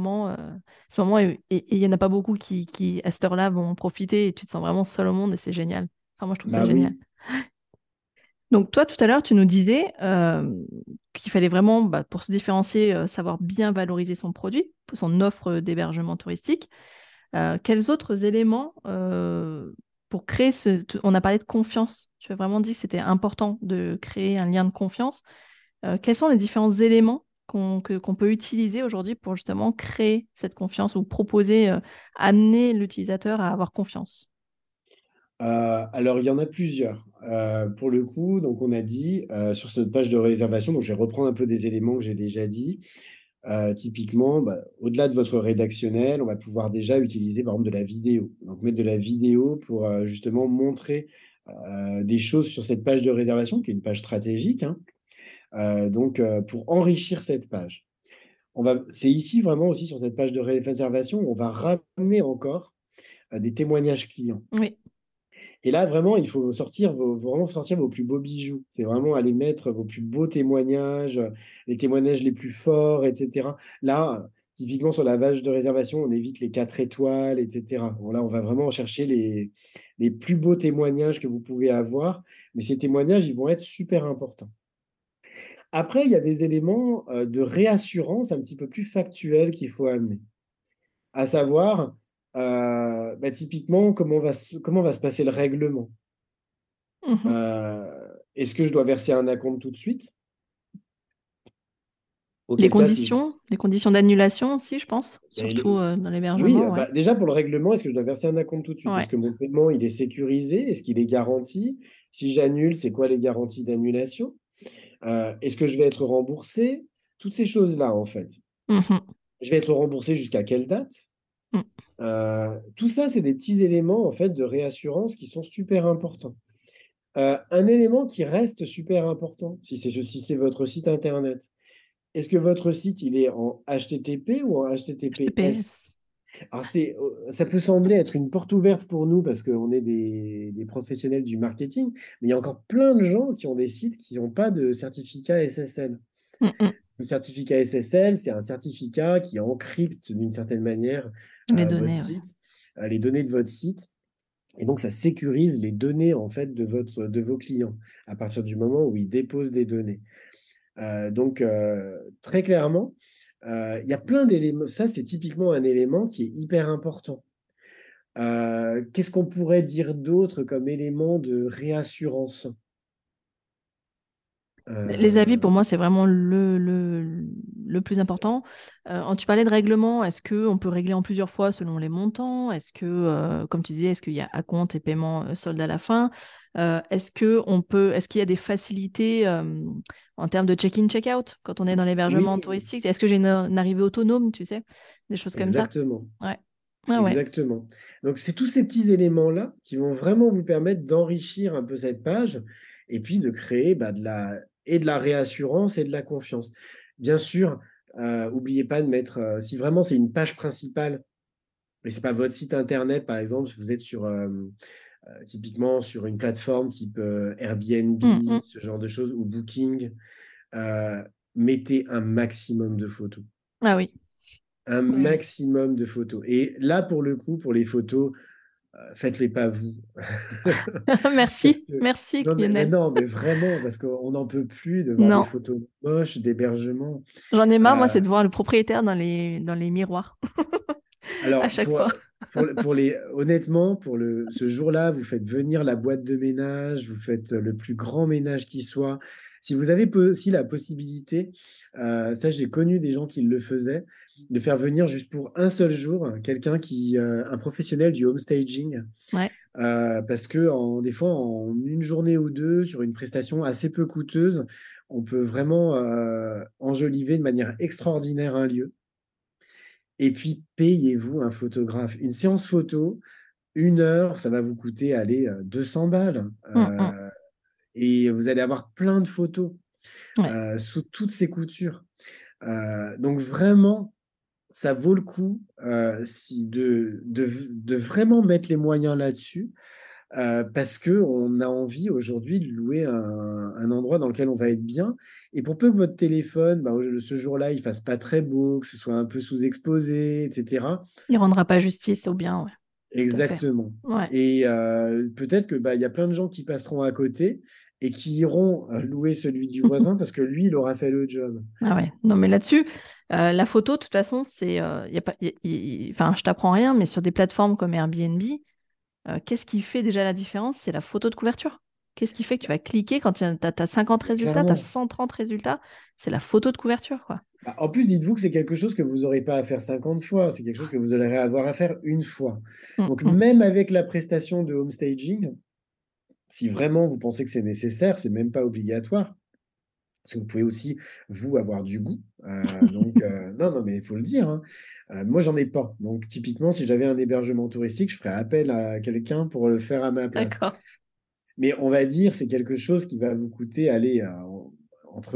ce moment. Et il n'y en a pas beaucoup qui, à cette heure-là, vont en profiter et tu te sens vraiment seul au monde et c'est génial. Enfin, moi, je trouve ça
Bah
génial.
oui.
Donc, toi, tout à l'heure, tu nous disais qu'il fallait vraiment, bah, pour se différencier, savoir bien valoriser son produit, son offre d'hébergement touristique. Quels autres éléments pour créer On a parlé de confiance. Tu as vraiment dit que c'était important de créer un lien de confiance. Quels sont les différents éléments qu'on peut utiliser aujourd'hui pour justement créer cette confiance ou proposer, amener l'utilisateur à avoir confiance?
Alors, il y en a plusieurs. Pour le coup, donc on a dit sur cette page de réservation, donc je vais reprendre un peu des éléments que j'ai déjà dit. Typiquement, bah, au-delà de votre rédactionnel, on va pouvoir déjà utiliser par exemple de la vidéo. Donc mettre de la vidéo pour justement montrer des choses sur cette page de réservation, qui est une page stratégique, hein. Pour enrichir cette page. C'est ici vraiment aussi sur cette page de réservation où on va ramener encore des témoignages clients.
Oui.
Et là, vraiment, il faut vraiment sortir vos plus beaux bijoux. C'est vraiment aller mettre vos plus beaux témoignages, les témoignages les plus forts, etc. Là, typiquement sur la page de réservation, on évite les 4 étoiles, etc. Bon, là, on va vraiment chercher les plus beaux témoignages que vous pouvez avoir. Mais ces témoignages, ils vont être super importants. Après, il y a des éléments de réassurance un petit peu plus factuels qu'il faut amener. À savoir, bah, typiquement, comment va se passer le règlement.
Mhm.
Est-ce que je dois verser un acompte tout de suite? Auquel cas, si je...
Les conditions d'annulation aussi, je pense,
Ben,
surtout dans
oui,
l'hébergement, ouais.
bah, déjà pour le règlement, est-ce que je dois verser un acompte tout de suite? Est-ce
Ouais.
que mon paiement, il est sécurisé? Est-ce qu'il est garanti? Si j'annule, c'est quoi les garanties d'annulation? Est-ce que je vais être remboursé? Toutes ces choses-là, en fait.
Mhm.
Je vais être remboursé jusqu'à quelle date?
Mm.
Tout ça, c'est des petits éléments, en fait, de réassurance qui sont super importants. Un élément qui reste super important, si c'est votre site Internet. Est-ce que votre site, il est en HTTP ou en HTTPS?
HTTPS.
Alors, ça peut sembler être une porte ouverte pour nous parce qu'on est des professionnels du marketing, mais il y a encore plein de gens qui ont des sites qui n'ont pas de certificat SSL.
Mm, mm.
Le certificat SSL, c'est un certificat qui encrypte d'une certaine manière
Les
votre
données, ouais.
site, les données de votre site. Et donc, ça sécurise les données en fait de vos clients à partir du moment où ils déposent des données. Très clairement, il y a plein d'éléments. Ça, c'est typiquement un élément qui est hyper important. Qu'est-ce qu'on pourrait dire d'autre comme élément de réassurance?
Les avis,
Euh,
pour moi, c'est vraiment le plus important. Tu parlais de règlement. Est-ce qu'on peut régler en plusieurs fois selon les montants? Est-ce que, comme tu disais, est-ce qu'il y a acompte et paiement solde à la fin? Est-ce qu'il y a des facilités en termes de check-in, check-out quand on est dans l'hébergement
oui,
touristique? Est-ce que j'ai une arrivée autonome, tu sais? Des choses comme ça?
exactement.
Ouais. Ouais, ouais.
Exactement. Donc, c'est tous ces petits éléments-là qui vont vraiment vous permettre d'enrichir un peu cette page et puis de créer de la réassurance et de la confiance. Bien sûr, n'oubliez pas de mettre, si vraiment c'est une page principale, mais c'est pas votre site internet, par exemple, si vous êtes typiquement sur une plateforme type Airbnb,
Mm, mm.
ce genre de choses, ou Booking, euh, mettez un maximum de photos.
Ah oui.
Un
Oui, oui.
maximum de photos. Et là, pour le coup, pour les photos, faites-les pas vous. Parce
Merci.
que,
Merci,
mais
Lionel.
non, mais vraiment, parce qu'on n'en peut plus de voir des
Non.
photos moches d'hébergement.
J'en ai marre, moi, c'est
Euh,
de voir le propriétaire dans les miroirs à
alors,
chaque fois.
honnêtement, ce jour-là, vous faites venir la boîte de ménage, vous faites le plus grand ménage qui soit. Si vous avez aussi la possibilité, ça, j'ai connu des gens qui le faisaient, de faire venir juste pour un seul jour un professionnel du home staging.
Ouais.
Parce que des fois, en une journée ou deux, sur une prestation assez peu coûteuse, on peut vraiment enjoliver de manière extraordinaire un lieu. Et puis, payez-vous un photographe. Une séance photo, 1 heure, ça va vous coûter, allez, 200 balles.
Mm, mm.
Et vous allez avoir plein de photos
Ouais.
sous toutes ces coutures. Donc, vraiment, ça vaut le coup de vraiment mettre les moyens là-dessus. Parce qu'on a envie aujourd'hui de louer un endroit dans lequel on va être bien. Et pour peu que votre téléphone, bah, ce jour-là, il fasse pas très beau, que ce soit un peu sous-exposé, etc.
Il rendra pas justice au bien, ouais. Tout à fait.
Exactement.
Ouais.
Et peut-être que bah, il y a plein de gens qui passeront à côté et qui iront louer celui du voisin parce que lui, il aura fait le job.
Ah ouais. Non, mais là-dessus, la photo, de toute façon, y a pas, enfin, je t'apprends rien, mais sur des plateformes comme Airbnb, qu'est-ce qui fait déjà la différence? C'est la photo de couverture. Qu'est-ce qui fait que tu vas cliquer quand tu as 50
Mais
résultats, tu as
clairement.
130 résultats? C'est la photo de couverture, quoi.
Bah, en plus, dites-vous que c'est quelque chose que vous n'aurez pas à faire 50 fois, c'est quelque chose que vous allez avoir à faire une fois.
Mm,
Donc,
mm.
même avec la prestation de home staging, si vraiment vous pensez que c'est nécessaire, c'est même pas obligatoire. Parce que vous pouvez aussi, vous, avoir du goût. Non, non, mais il faut le dire, hein. Moi, j'en ai pas. Donc, typiquement, si j'avais un hébergement touristique, je ferais appel à quelqu'un pour le faire à ma place.
D'accord.
Mais on va dire, c'est quelque chose qui va vous coûter, allez, entre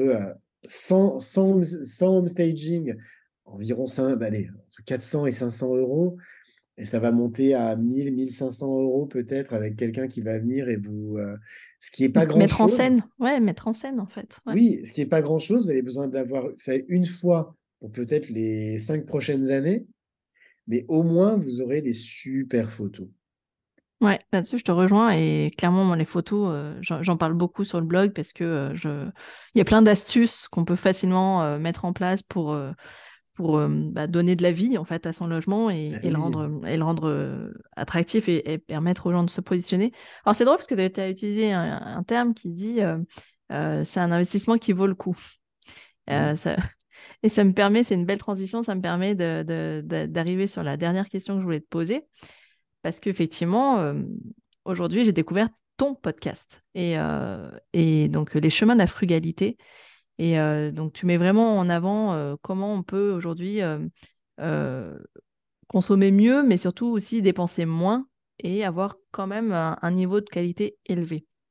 100 home staging, environ 400 et 500 euros. Et ça va monter à 1 500 euros peut-être avec quelqu'un qui va venir et ce qui n'est pas
Mettre en
grand-chose.
scène. Ouais, mettre en scène, en fait. Ouais.
Oui, ce qui n'est pas grand-chose. Vous avez besoin d'avoir fait une fois pour peut-être les 5 prochaines années. Mais au moins, vous aurez des super photos.
Ouais, là-dessus, je te rejoins. Et clairement, moi, les photos, j'en parle beaucoup sur le blog parce que il y a plein d'astuces qu'on peut facilement mettre en place pour bah, donner de la vie en fait à son logement
Ah
et
oui,
le rendre attractif et permettre aux gens de se positionner. Alors c'est drôle parce que tu as utilisé un terme qui dit c'est un investissement qui vaut le coup.
oui.
Ça, et ça me permet, c'est une belle transition, ça me permet d'arriver sur la dernière question que je voulais te poser parce qu'effectivement, aujourd'hui j'ai découvert ton podcast et donc les chemins de la frugalité. Et donc, tu mets vraiment en avant comment on peut aujourd'hui euh, consommer mieux, mais surtout aussi dépenser moins et avoir quand même un niveau de qualité élevé.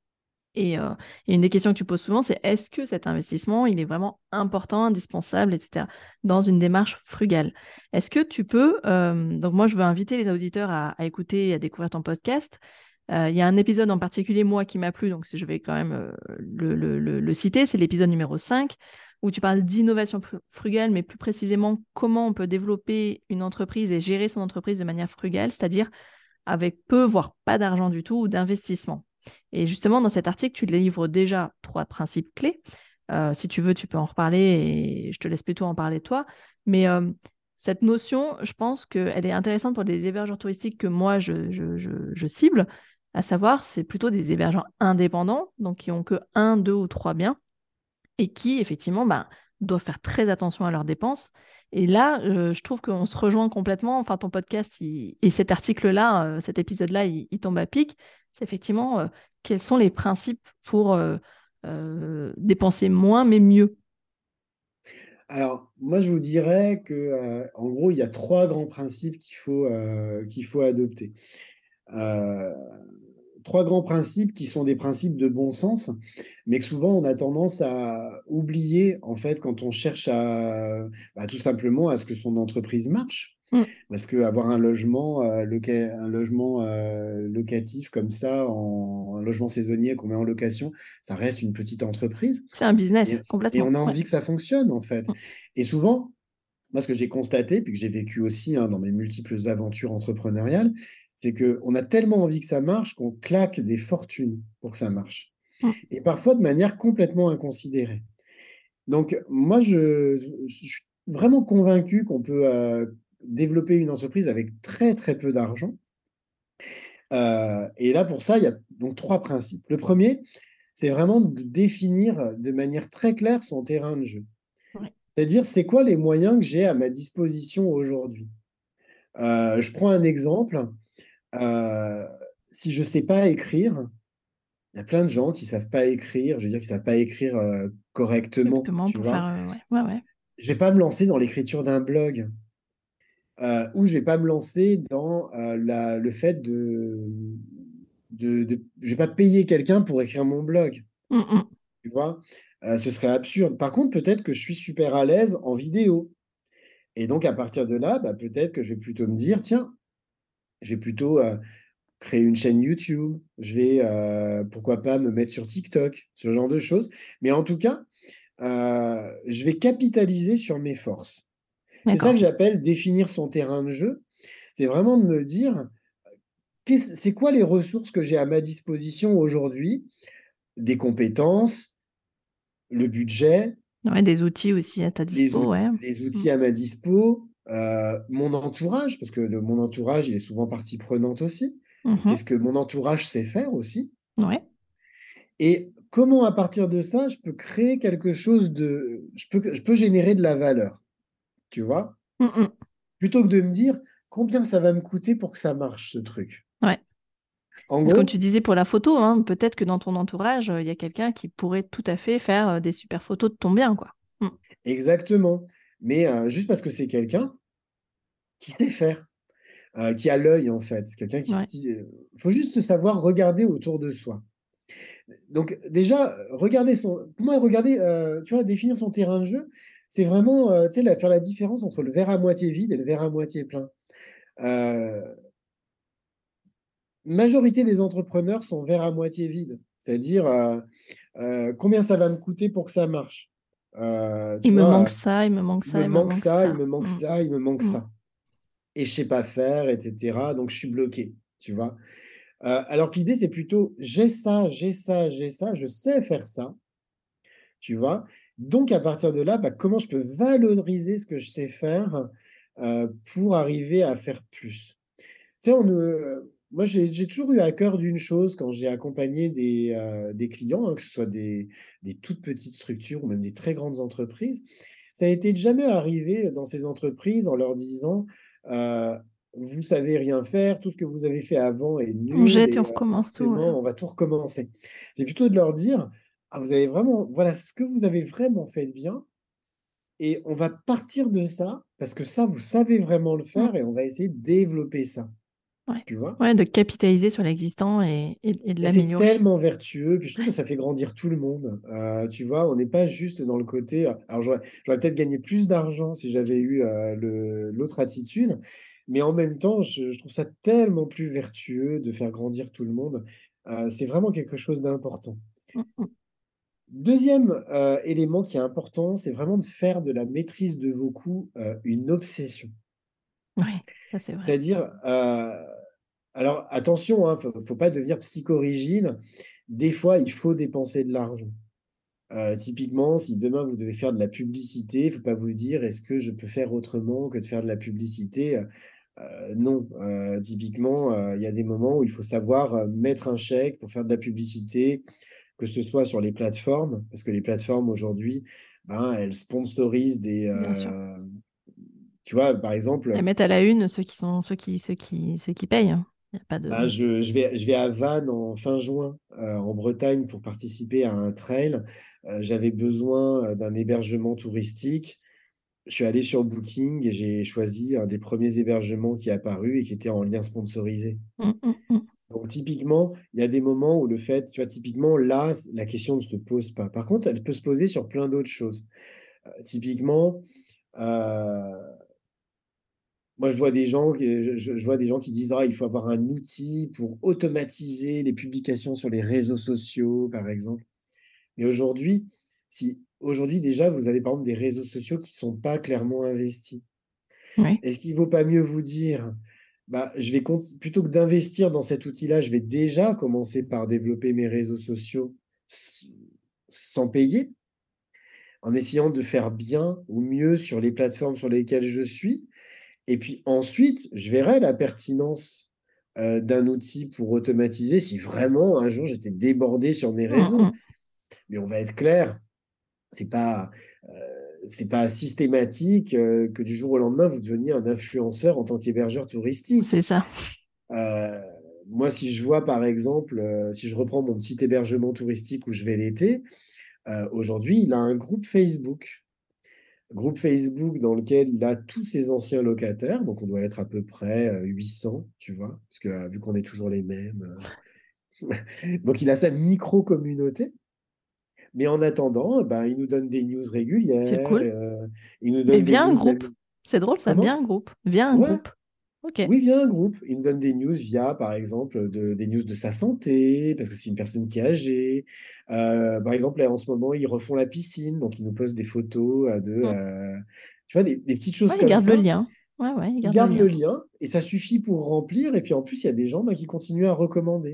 Et une des questions que tu poses souvent, c'est est-ce que cet investissement, il est vraiment important, indispensable, etc., dans une démarche frugale? Est-ce que tu peux, donc moi je veux inviter les auditeurs à écouter et à découvrir ton podcast. Il y a un épisode en particulier, moi, qui m'a plu, donc je vais quand même le citer, c'est l'épisode numéro 5, où tu parles d'innovation frugale, mais plus précisément comment on peut développer une entreprise et gérer son entreprise de manière frugale, c'est-à-dire avec peu, voire pas d'argent du tout, ou d'investissement. Et justement, dans cet article, tu livres déjà 3 principes clés. Si tu veux, tu peux en reparler et je te laisse plutôt en parler toi. Mais cette notion, je pense qu'elle est intéressante pour les hébergeurs touristiques que moi, je cible, à savoir, c'est plutôt des hébergeurs indépendants, donc qui ont que un, deux ou trois biens et qui, effectivement, bah, doivent faire très attention à leurs dépenses. Et là, je trouve qu'on se rejoint complètement. Enfin, ton podcast et cet article-là, cet épisode-là, il tombe à pic. C'est effectivement quels sont les principes pour dépenser moins mais mieux.
Alors, moi, je vous dirais que, en gros, il y a trois grands principes qu'il faut adopter. Euh, Trois grands principes qui sont des principes de bon sens, mais que souvent on a tendance à oublier en fait quand on cherche à tout simplement à ce que son entreprise marche.
Mm.
Parce que avoir un logement, un logement locatif comme ça, un logement saisonnier qu'on met en location, ça reste une petite entreprise.
C'est un
Et,
business,
et on
complètement.
a
Ouais.
envie que ça fonctionne en fait.
Mm.
Et souvent, moi, ce que j'ai constaté, puis que j'ai vécu aussi dans mes multiples aventures entrepreneuriales, c'est qu'on a tellement envie que ça marche qu'on claque des fortunes pour que ça marche.
Mm.
Et parfois de manière complètement inconsidérée. Donc, moi, je suis vraiment convaincu qu'on peut développer une entreprise avec très, très peu d'argent. Et là, pour ça, il y a donc trois principes. Le premier, c'est vraiment de définir de manière très claire son terrain de jeu.
Ouais.
C'est-à-dire, c'est quoi les moyens que j'ai à ma disposition aujourd'hui? Je prends un exemple. Euh, Si je ne sais pas écrire, il y a plein de gens qui ne savent pas écrire, je veux dire, qui ne savent pas écrire correctement,
Exactement,
tu
pour faire.
vois.
Ouais, ouais, ouais.
Je ne vais pas me lancer dans l'écriture d'un blog ou je ne vais pas me lancer dans le fait je ne vais pas payer quelqu'un pour écrire mon blog,
Mm, mm.
tu vois. Ce serait absurde. Par contre, peut-être que je suis super à l'aise en vidéo. Et donc, à partir de là, peut-être que je vais plutôt me dire, tiens, je vais plutôt créer une chaîne YouTube, je vais, pourquoi pas, me mettre sur TikTok, ce genre de choses. Mais en tout cas, je vais capitaliser sur mes forces. C'est ça que
D'accord.
j'appelle définir son terrain de jeu. C'est vraiment de me dire, c'est quoi les ressources que j'ai à ma disposition aujourd'hui, des compétences, le budget,
Ouais, des outils aussi à ta dispo, ouais.
les
Mm.
outils à ma dispo, mon entourage, parce que mon entourage, il est souvent partie prenante aussi. Donc,
Mhm.
qu'est-ce que mon entourage sait faire aussi?
Ouais.
Et comment, à partir de ça, je peux créer quelque chose de... je peux générer de la valeur, tu vois?
Mm, mm.
Plutôt que de me dire combien ça va me coûter pour que ça marche, ce truc.
Ouais.
En
Parce que comme tu
gros,
disais pour la photo, hein, peut-être que dans ton entourage, il y a quelqu'un qui pourrait tout à fait faire des super photos de ton bien, quoi. Mm.
exactement. Mais juste parce que c'est quelqu'un qui sait faire, qui a l'œil, en fait. C'est quelqu'un qui...
Ouais.
Il faut juste savoir regarder autour de soi. Donc déjà, regarder pour moi, regarder, tu vois, définir son terrain de jeu, c'est vraiment, tu sais, faire la différence entre le verre à moitié vide et le verre à moitié plein. Euh, Majorité des entrepreneurs sont verre à moitié vide, c'est-à-dire combien ça va me coûter pour que ça marche.
Il
Tu
me manque
vois,
ça, il me manque
il me
ça, il me
manque
manque
ça, il
ça.
me manque
Mm.
ça, il me manque
Mm.
ça. Et je sais pas faire, etc. Donc je suis bloqué, tu vois. Alors que l'idée, c'est plutôt j'ai ça, j'ai ça, j'ai ça, je sais faire ça, tu vois. Donc, à partir de là, comment je peux valoriser ce que je sais faire pour arriver à faire plus? Tu sais, moi, j'ai toujours eu à cœur d'une chose quand j'ai accompagné des clients, hein, que ce soit des toutes petites structures ou même des très grandes entreprises. Ça a été de jamais arriver dans ces entreprises en leur disant, euh, vous savez rien faire, tout ce que vous avez fait avant est
On
nul
jette et on
et
recommence tout. Ouais.
forcément, on va tout recommencer. C'est plutôt de leur dire, ah, vous avez vraiment, voilà ce que vous avez vraiment fait de bien et on va partir de ça parce que ça, vous savez vraiment le
Mm.
faire et on va essayer de développer ça.
Ouais.
tu vois?
Ouais, de capitaliser sur l'existant et de
Et c'est
l'améliorer.
tellement vertueux, puis je trouve que
Ouais.
ça fait grandir tout le monde. Tu vois, on n'est pas juste dans le côté. Alors, j'aurais peut-être gagné plus d'argent si j'avais eu l'autre attitude, mais en même temps, je trouve ça tellement plus vertueux de faire grandir tout le monde. C'est vraiment quelque chose d'important.
Mm, mm.
Deuxième élément qui est important, c'est vraiment de faire de la maîtrise de vos coûts une obsession.
Ouais, ça c'est vrai.
C'est-à-dire, alors attention, hein, faut pas devenir psychorigide. Des fois, il faut dépenser de l'argent. Typiquement, si demain vous devez faire de la publicité, il ne faut pas vous dire est-ce que je peux faire autrement que de faire de la publicité? Non. Typiquement, il y a des moments où il faut savoir mettre un chèque pour faire de la publicité, que ce soit sur les plateformes, parce que les plateformes aujourd'hui, ben, elles sponsorisent
Bien sûr.
tu vois, par
Et
exemple,
mettre à la une ceux qui payent, hein. Il n'y a pas de.
ben, je vais à Vannes en fin juin, en Bretagne, pour participer à un trail. J'avais besoin d'un hébergement touristique. Je suis allé sur Booking et j'ai choisi un des premiers hébergements qui est apparu et qui était en lien sponsorisé.
Mm, mm, mm.
Donc, typiquement, il y a des moments où le fait, tu vois, typiquement, là, la question ne se pose pas. Par contre, elle peut se poser sur plein d'autres choses. Typiquement, euh, moi, je vois des gens, je vois des gens qui disent, ah, il faut avoir un outil pour automatiser les publications sur les réseaux sociaux, par exemple. Mais aujourd'hui, si aujourd'hui déjà, vous avez par exemple des réseaux sociaux qui ne sont pas clairement investis.
Oui,
Est-ce qu'il ne vaut pas mieux vous dire, bah, plutôt que d'investir dans cet outil-là, je vais déjà commencer par développer mes réseaux sociaux s- sans payer, en essayant de faire bien ou mieux sur les plateformes sur lesquelles je suis. Et puis ensuite, je verrai la pertinence d'un outil pour automatiser si vraiment un jour j'étais débordé sur mes
mm,
réseaux.
mm.
Mais on va être clair, c'est pas, c'est pas systématique que du jour au lendemain, vous deveniez un influenceur en tant qu'hébergeur
C'est
touristique.
ça.
Euh, Moi, si je vois par exemple, si je reprends mon petit hébergement touristique où je vais l'été, aujourd'hui, il a un groupe Facebook. Groupe Facebook dans lequel il a tous ses anciens locataires, donc on doit être à peu près 800, tu vois, parce que vu qu'on est toujours les mêmes. Donc il a sa micro-communauté. Mais en attendant, ben, il nous donne des news
C'est
régulières,
cool.
il nous
Mais
donne des
via un
news
groupe.
même.
C'est drôle ça, via
Comment?
un groupe. Via un
Ouais,
groupe. Ok.
oui, via un groupe. Il nous donne des news via, par exemple, des news de sa santé, parce que c'est une personne qui est âgée. Par exemple, là, en ce moment, ils refont la piscine, donc ils nous postent des photos
Mm.
tu vois, des petites choses
Ouais, il
comme
garde le
ça.
lien. Ouais, ouais, il
Ils
garde le
gardent le
lien.
lien et ça suffit pour remplir. Et puis en plus, il y a des gens qui continuent à recommander.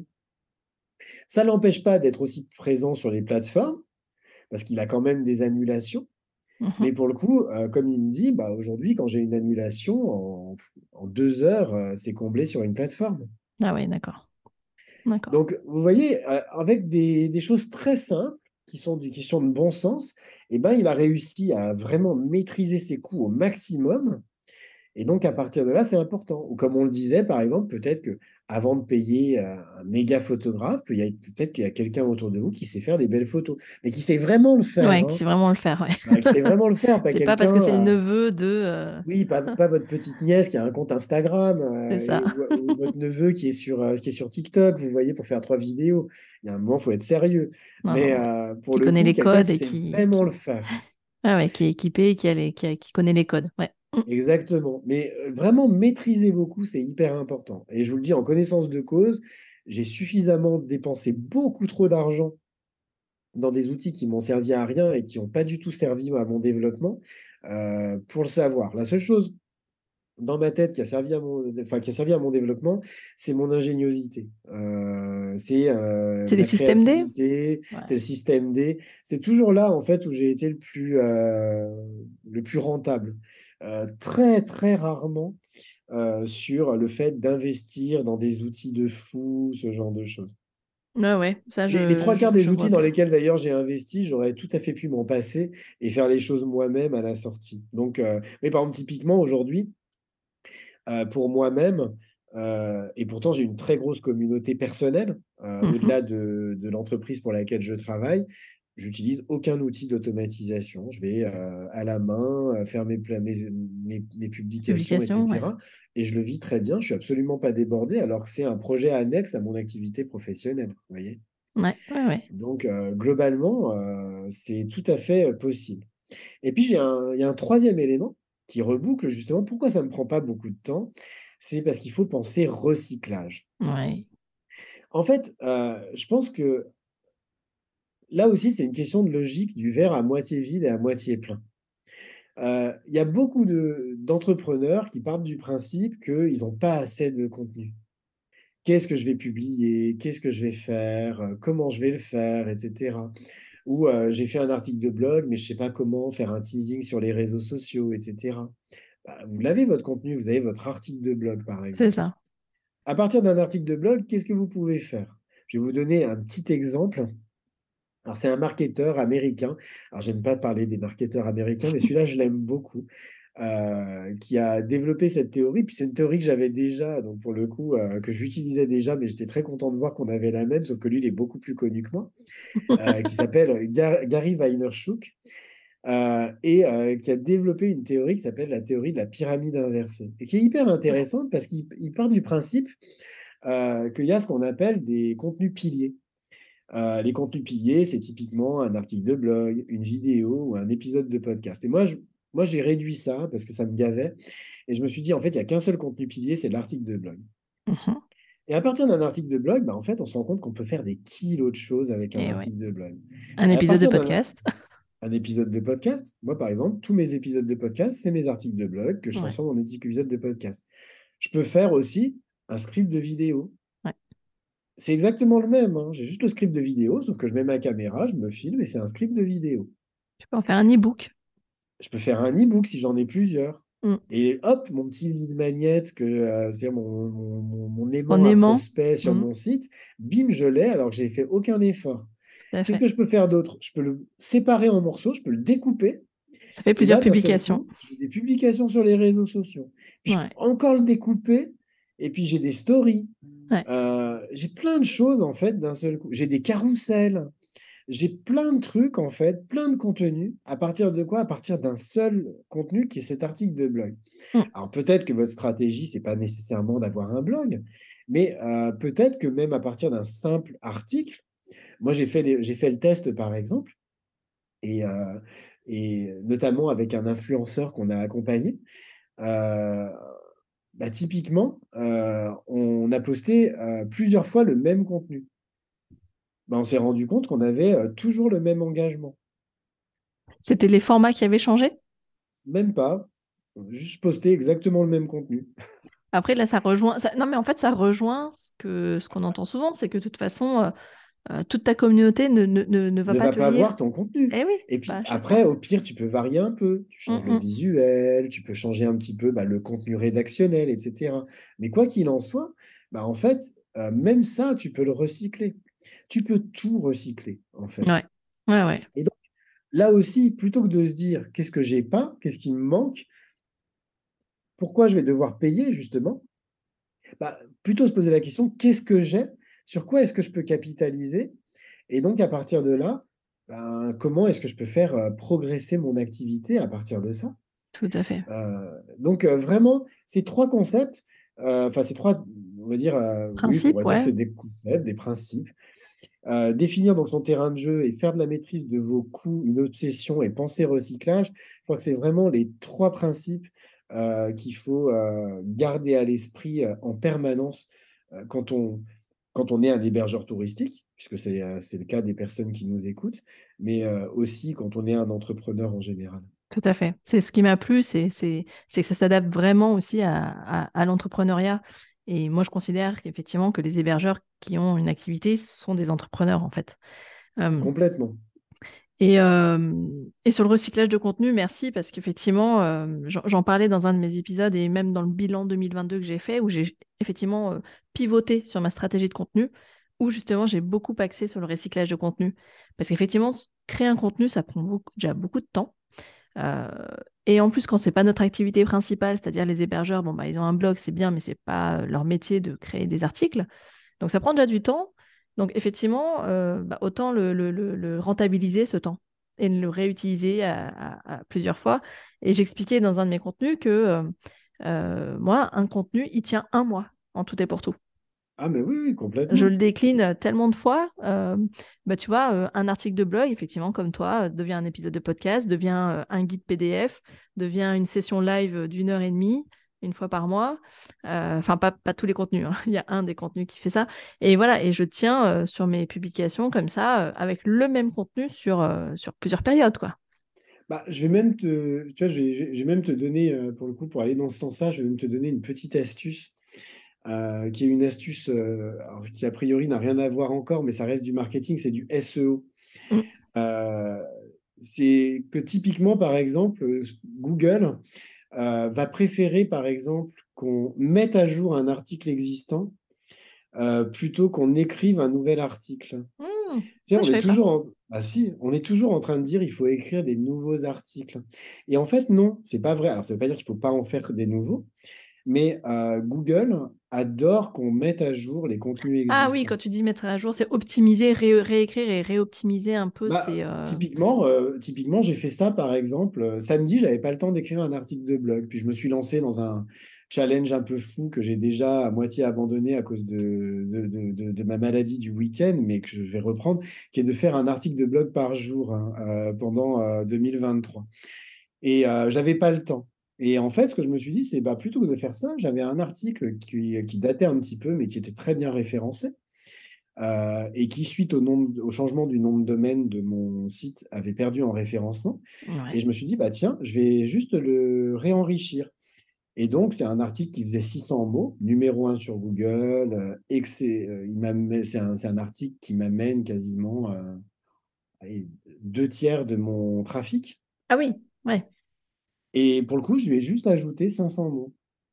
Ça ne l'empêche pas d'être aussi présent sur les plateformes, parce qu'il a quand même des annulations.
Mhm.
Mais pour le coup, comme il me dit, bah, aujourd'hui, quand j'ai une annulation, en 2 heures, c'est comblé sur une plateforme.
Ah ouais, d'accord. D'accord.
Donc, vous voyez, avec des choses très simples, qui sont de bon sens, eh ben, il a réussi à vraiment maîtriser ses coûts au maximum. Et donc, à partir de là, c'est important. Ou comme on le disait, par exemple, peut-être que avant de payer un méga photographe, peut-être qu'il y a quelqu'un autour de vous qui sait faire des belles photos, mais qui sait vraiment le faire,
Ouais,
hein.
c'est vraiment le faire, ouais.
Qui sait vraiment le faire, pas
C'est pas parce que c'est le
quelqu'un.
neveu de.
Oui, pas votre petite nièce qui a un compte Instagram
C'est ça.
ou votre neveu qui est sur TikTok, vous voyez, pour faire 3 vidéos. Il y a un moment, il faut être sérieux.
Non,
Mais
non, non.
pour
Qui
le
connaît
coup,
les
quelqu'un
codes
qui
et
sait vraiment le faire.
ah ouais, qui est équipé et qui connaît les codes. Ouais. Mm.
Exactement. Mais vraiment, maîtriser vos coûts, c'est hyper important. Et je vous le dis en connaissance de cause, j'ai suffisamment dépensé beaucoup trop d'argent dans des outils qui m'ont servi à rien et qui n'ont pas du tout servi à mon développement pour le savoir. La seule chose dans ma tête qui a servi à qui a servi à mon développement, c'est mon ingéniosité. C'est
C'est les
ma
systèmes D?
créativité, c'est
Ouais.
le système D. C'est toujours là, en fait, où j'ai été le plus rentable. Très, très rarement sur le fait d'investir dans des outils de fou, ce genre de choses.
Ouais, ouais, ça,
Les trois quarts
je
des
vois
outils dans
bien.
lesquels d'ailleurs j'ai investi, j'aurais tout à fait pu m'en passer et faire les choses moi-même à la sortie. Donc, mais par exemple, typiquement aujourd'hui, pour moi-même, et pourtant j'ai une très grosse communauté personnelle,
Mhm.
au-delà de l'entreprise pour laquelle je travaille. J'utilise aucun outil d'automatisation. Je vais à la main faire mes publications,
Publication, ouais.
etc. Et je le vis très bien. Je suis absolument pas débordé, alors que c'est un projet annexe à mon activité professionnelle. Vous voyez?
Ouais, ouais, ouais.
Donc, globalement, c'est tout à fait possible. Et puis, il y a un troisième élément qui reboucle justement. Pourquoi ça ne me prend pas beaucoup de temps? C'est parce qu'il faut penser recyclage.
Ouais.
En fait, je pense que là aussi, c'est une question de logique du verre à moitié vide et à moitié plein. Il y a beaucoup d'entrepreneurs qui partent du principe qu'ils n'ont pas assez de contenu. Qu'est-ce que je vais publier? Qu'est-ce que je vais faire? Comment je vais le faire? Etc. Ou j'ai fait un article de blog, mais je ne sais pas comment faire un teasing sur les réseaux sociaux, etc. Bah, vous l'avez votre contenu, vous avez votre article de blog, par
C'est
exemple.
ça.
À partir d'un article de blog, qu'est-ce que vous pouvez faire? Je vais vous donner un petit exemple. Alors, c'est un marketeur américain. Alors, j'aime pas parler des marketeurs américains, mais celui-là, je l'aime beaucoup, qui a développé cette théorie. Puis, c'est une théorie que j'avais déjà, donc pour le coup, que j'utilisais déjà, mais j'étais très content de voir qu'on avait la même, sauf que lui, il est beaucoup plus connu que moi, qui s'appelle Gary Vaynerchuk, qui a développé une théorie qui s'appelle la théorie de la pyramide inversée, et qui est hyper
Ouais.
intéressante parce qu'il part du principe qu'il y a ce qu'on appelle des contenus piliers. Les contenus piliers, c'est typiquement un article de blog, une vidéo ou un épisode de podcast. Et moi, j'ai réduit ça parce que ça me gavait. Et je me suis dit, en fait, il n'y a qu'un seul contenu pilier, c'est l'article de blog.
Mhm.
Et à partir d'un article de blog, bah, en fait, on se rend compte qu'on peut faire des kilos de choses avec un
Et ouais.
article de blog.
Un
Et à
épisode de
partir
podcast.
un épisode de podcast, moi, par exemple, tous mes épisodes de podcast, c'est mes articles de blog que je
Ouais.
transforme en épisodes de podcast. Je peux faire aussi un script de vidéo.
Ouais.
C'est exactement le même, hein. J'ai juste le script de vidéo, sauf que je mets ma caméra, je me filme et c'est un script de vidéo.
Tu peux en faire un e-book.
Je peux faire un e-book si j'en ai plusieurs.
Mm.
Et hop, mon petit lead magnet, c'est mon
En
aimant à
aimant.
prospect sur
Mm.
mon site, bim, je l'ai alors que j'ai fait aucun effort.
Tout à
Qu'est-ce
fait.
que je peux faire d'autre? Je peux le séparer en morceaux, je peux le découper.
Ça fait
Et
plusieurs
là, d'un seul
publications.
coup, j'ai des publications sur les réseaux sociaux. Puis je peux
Ouais.
encore le découper. Et puis j'ai des stories.
Ouais.
J'ai plein de choses en fait d'un seul coup. J'ai des carousels. J'ai plein de trucs en fait, plein de contenus. À partir de quoi? À partir d'un seul contenu qui est cet article de blog.
Mm.
Alors peut-être que votre stratégie, c'est pas nécessairement d'avoir un blog, mais peut-être que même à partir d'un simple article, moi j'ai fait le test par exemple, et, euh, et notamment avec un influenceur qu'on a accompagné. Euh, Bah, typiquement, on a posté plusieurs fois le même contenu. Bah, on s'est rendu compte qu'on avait toujours le même engagement.
C'était les formats qui avaient changé.
Même pas, juste poster exactement le même contenu.
Après, là, ça rejoint. Non, mais en fait, ça rejoint ce qu'on entend souvent, c'est que de toute façon, toute ta communauté ne va
Ne
pas
va
te
pas voir
lire.
ton contenu.
Eh oui,
Et
bah,
puis
à chaque
après,
fois.
au pire, tu peux varier un peu. Tu
Mm,
changes le
mm.
visuel, tu peux changer un petit peu bah, le contenu rédactionnel, etc. Mais quoi qu'il en soit, bah, en fait, même ça, tu peux le recycler. Tu peux tout recycler, en
Ouais,
fait.
ouais, ouais.
Et donc, là aussi, plutôt que de se dire qu'est-ce que j'ai pas, qu'est-ce qui me manque, pourquoi je vais devoir payer, justement, bah, plutôt se poser la question qu'est-ce que j'ai, sur quoi est-ce que je peux capitaliser. Et donc, à partir de là, ben, comment est-ce que je peux faire progresser mon activité à partir de ça?
Tout à fait.
Donc, vraiment, ces trois concepts, enfin, ces trois, on va dire, oui, on
Principe,
pourrait dire que
ouais.
c'est des concepts, des principes. Définir donc son terrain de jeu et faire de la maîtrise de vos coûts une obsession et penser recyclage, je crois que c'est vraiment les trois principes qu'il faut garder à l'esprit en permanence quand quand on est un hébergeur touristique, puisque c'est le cas des personnes qui nous écoutent, mais aussi quand on est un entrepreneur en général.
Tout à fait. C'est ce qui m'a plu, c'est que ça s'adapte vraiment aussi à l'entrepreneuriat. Et moi, je considère qu'effectivement, que les hébergeurs qui ont une activité sont des entrepreneurs, en fait. Euh,
Complètement.
et sur le recyclage de contenu, merci, parce qu'effectivement, j'en parlais dans un de mes épisodes et même dans le bilan 2022 que j'ai fait, où j'ai effectivement pivoté sur ma stratégie de contenu, où justement j'ai beaucoup axé sur le recyclage de contenu. Parce qu'effectivement, créer un contenu, ça prend déjà beaucoup de temps. Euh, et en plus, quand c'est pas notre activité principale, c'est-à-dire les hébergeurs, bon, bah, ils ont un blog, c'est bien, mais c'est pas leur métier de créer des articles. Donc ça prend déjà du temps. Donc, effectivement, autant le rentabiliser, ce temps, et le réutiliser à plusieurs fois. Et j'expliquais dans un de mes contenus que moi, un contenu, il tient un mois en tout et pour tout.
Ah, mais oui, oui,
Je
complètement.
le décline tellement de fois. Tu vois, un article de blog, effectivement, comme toi, devient un épisode de podcast, devient un guide PDF, devient une session live d'1 heure et demie, une fois par mois. Enfin, pas tous les contenus, hein. Il y a un des contenus qui fait ça. Et voilà, et je tiens sur mes publications comme ça, avec le même contenu sur plusieurs périodes, quoi.
Bah, je vais même te, tu vois, je vais même te donner, pour le coup, pour aller dans ce sens-là, je vais même te donner une petite astuce, qui est une astuce alors, qui a priori n'a rien à voir encore, mais ça reste du marketing, c'est du SEO.
Mm.
Euh, c'est que typiquement, par exemple, Google va préférer, par exemple, qu'on mette à jour un article existant plutôt qu'on écrive un nouvel article.
Mm.
Tu sais,
Ça, je savais pas.
Ah si, on est toujours en train de dire il faut écrire des nouveaux articles. Et en fait, non, c'est pas vrai. Alors, ça veut pas dire qu'il faut pas en faire des nouveaux, mais Google adore qu'on mette à jour les contenus
Ah oui,
existants.
quand tu dis mettre à jour, c'est optimiser, réécrire et réoptimiser un peu.
Bah,
C'est
typiquement, j'ai fait ça par exemple. Samedi, j'avais pas le temps d'écrire un article de blog, puis je me suis lancé dans un challenge un peu fou que j'ai déjà à moitié abandonné à cause de ma maladie du week-end, mais que je vais reprendre, qui est de faire un article de blog par jour hein, pendant 2023. Et j'avais pas le temps. Et en fait, ce que je me suis dit, c'est bah, plutôt que de faire ça, j'avais un article qui datait un petit peu, mais qui était très bien référencé et qui, suite au changement du nom de domaine de mon site, avait perdu en référencement. Et
ouais.
je me suis dit, bah tiens, je vais juste le réenrichir. Et donc, c'est un article qui faisait 600 mots, numéro 1 sur Google, et que c'est un article qui m'amène quasiment allez, 2 tiers de mon trafic.
Ah oui, ouais.
Et pour le coup, je lui ai juste ajouté 500 mots.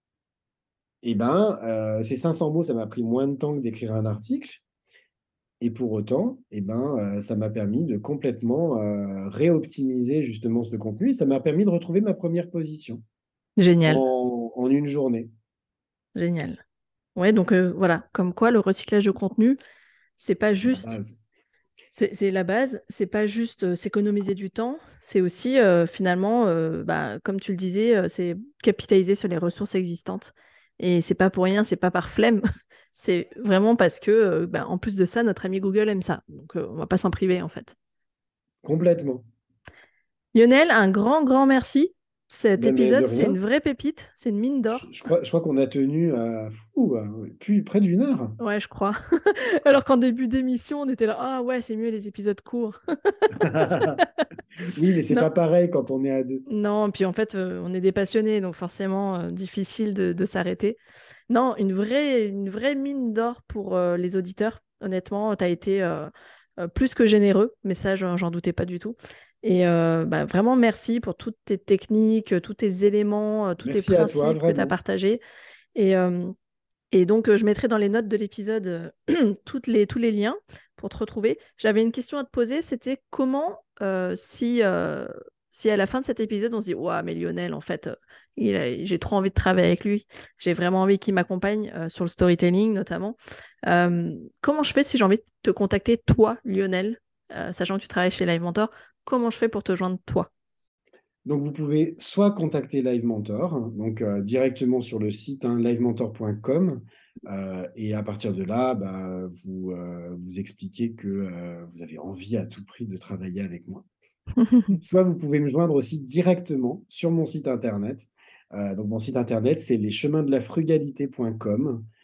Et ben, ces 500 mots, ça m'a pris moins de temps que d'écrire un article. Et pour autant, eh ben, ça m'a permis de complètement réoptimiser justement ce contenu et ça m'a permis de retrouver ma première position
Génial,
en une journée.
génial. Ouais, donc voilà, comme quoi le recyclage de contenu, c'est pas
C'est la
juste,
base.
c'est la base, c'est pas juste s'économiser du temps, c'est aussi finalement, comme tu le disais, c'est capitaliser sur les ressources existantes. Et c'est pas pour rien, c'est pas par flemme, c'est vraiment parce que, en plus de ça, notre ami Google aime ça. Donc on va pas s'en priver en fait.
Complètement.
Lionel, un grand, grand merci. Cet
Ben, mais de
épisode, c'est une
rien.
vraie pépite, c'est une mine
Je,
d'or.
je crois, je crois qu'on a tenu à plus près d'une heure.
Ouais, je crois. Alors qu'en début d'émission, on était là, ah ouais, c'est mieux les épisodes courts.
Oui, mais c'est
Non,
pas pareil quand on est à deux.
non, puis en fait, on est des passionnés, donc forcément, difficile de s'arrêter. Non, une vraie mine d'or pour les auditeurs. Honnêtement, tu as été plus que généreux, mais ça, j'en doutais pas du tout. Et vraiment, merci pour toutes tes techniques, tous tes éléments, tous tes
Merci à toi,
principes que tu as
vraiment.
partagés. Et, donc, je mettrai dans les notes de l'épisode tous les liens pour te retrouver. J'avais une question à te poser, c'était comment, si à la fin de cet épisode, on se dit, ouah, mais Lionel, en fait, j'ai trop envie de travailler avec lui, j'ai vraiment envie qu'il m'accompagne sur le storytelling notamment. Comment je fais si j'ai envie de te contacter, toi, Lionel, sachant que tu travailles chez Live Mentor, comment je fais pour te joindre, toi?
Donc, vous pouvez soit contacter Live Mentor, hein, donc directement sur le site hein, livementor.com, et à partir de là, bah, vous expliquez que vous avez envie à tout prix de travailler avec moi. Soit vous pouvez me joindre aussi directement sur mon site internet. Donc, mon site internet, c'est lescheminsdelafrugalité.com.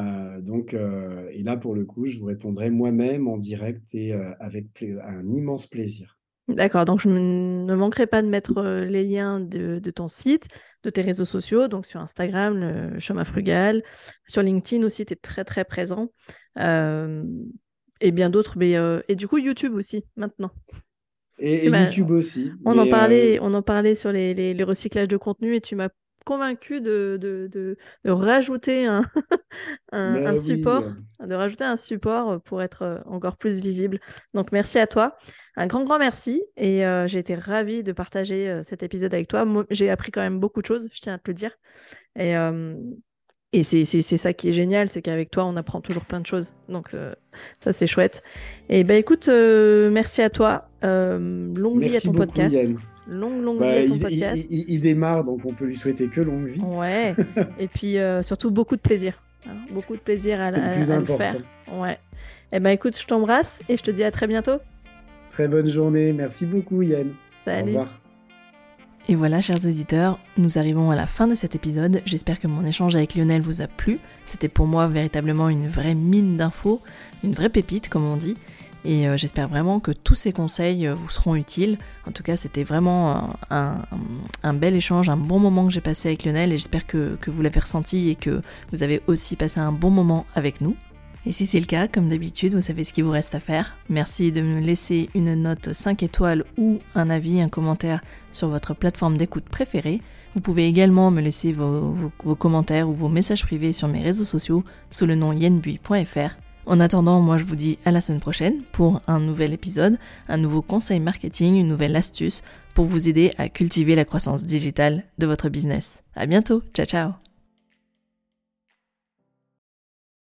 Et là, pour le coup, je vous répondrai moi-même en direct et avec un immense plaisir.
D'accord, donc je ne manquerai pas de mettre les liens de ton site, de tes réseaux sociaux, donc sur Instagram, le chemin frugal, sur LinkedIn aussi, tu es très très présent, euh, et bien d'autres, et du coup YouTube aussi maintenant.
Et,
Tu
et
m'as,
YouTube aussi. Mais
on en parlait sur les recyclages de contenu et tu m'as convaincu de rajouter un
Mais oui,
support, de rajouter un support pour être encore plus visible. Donc merci à toi, un grand grand merci et j'ai été ravie de partager cet épisode avec toi. Moi, j'ai appris quand même beaucoup de choses, je tiens à te le dire. Et
Et c'est ça qui est génial, c'est qu'avec toi, on apprend toujours plein de choses. Donc, ça, c'est chouette. Et ben, écoute, merci à toi. Longue vie à
Merci
ton
beaucoup,
podcast.
Yann.
Longue vie à ton podcast.
Il démarre, donc on peut lui souhaiter que longue vie.
Ouais. Et puis, surtout, beaucoup de plaisir. Hein. Beaucoup de plaisir à
C'est le plus important.
le faire. Ouais. Et ben, écoute, je t'embrasse et je te dis à très bientôt.
Très bonne journée. Merci beaucoup, Yann.
Salut.
Au revoir.
Et voilà, chers auditeurs, nous arrivons à la fin de cet épisode. J'espère que mon échange avec Lionel vous a plu. C'était pour moi véritablement une vraie mine d'infos, une vraie pépite, comme on dit. Et j'espère vraiment que tous ces conseils vous seront utiles. En tout cas, c'était vraiment un bel échange, un bon moment que j'ai passé avec Lionel. Et j'espère que vous l'avez ressenti et que vous avez aussi passé un bon moment avec nous. Et si c'est le cas, comme d'habitude, vous savez ce qu'il vous reste à faire. Merci de me laisser une note 5 étoiles ou un avis, un commentaire sur votre plateforme d'écoute préférée. Vous pouvez également me laisser vos commentaires ou vos messages privés sur mes réseaux sociaux sous le nom yenbui.fr. En attendant, moi je vous dis à la semaine prochaine pour un nouvel épisode, un nouveau conseil marketing, une nouvelle astuce pour vous aider à cultiver la croissance digitale de votre business. À bientôt, ciao ciao.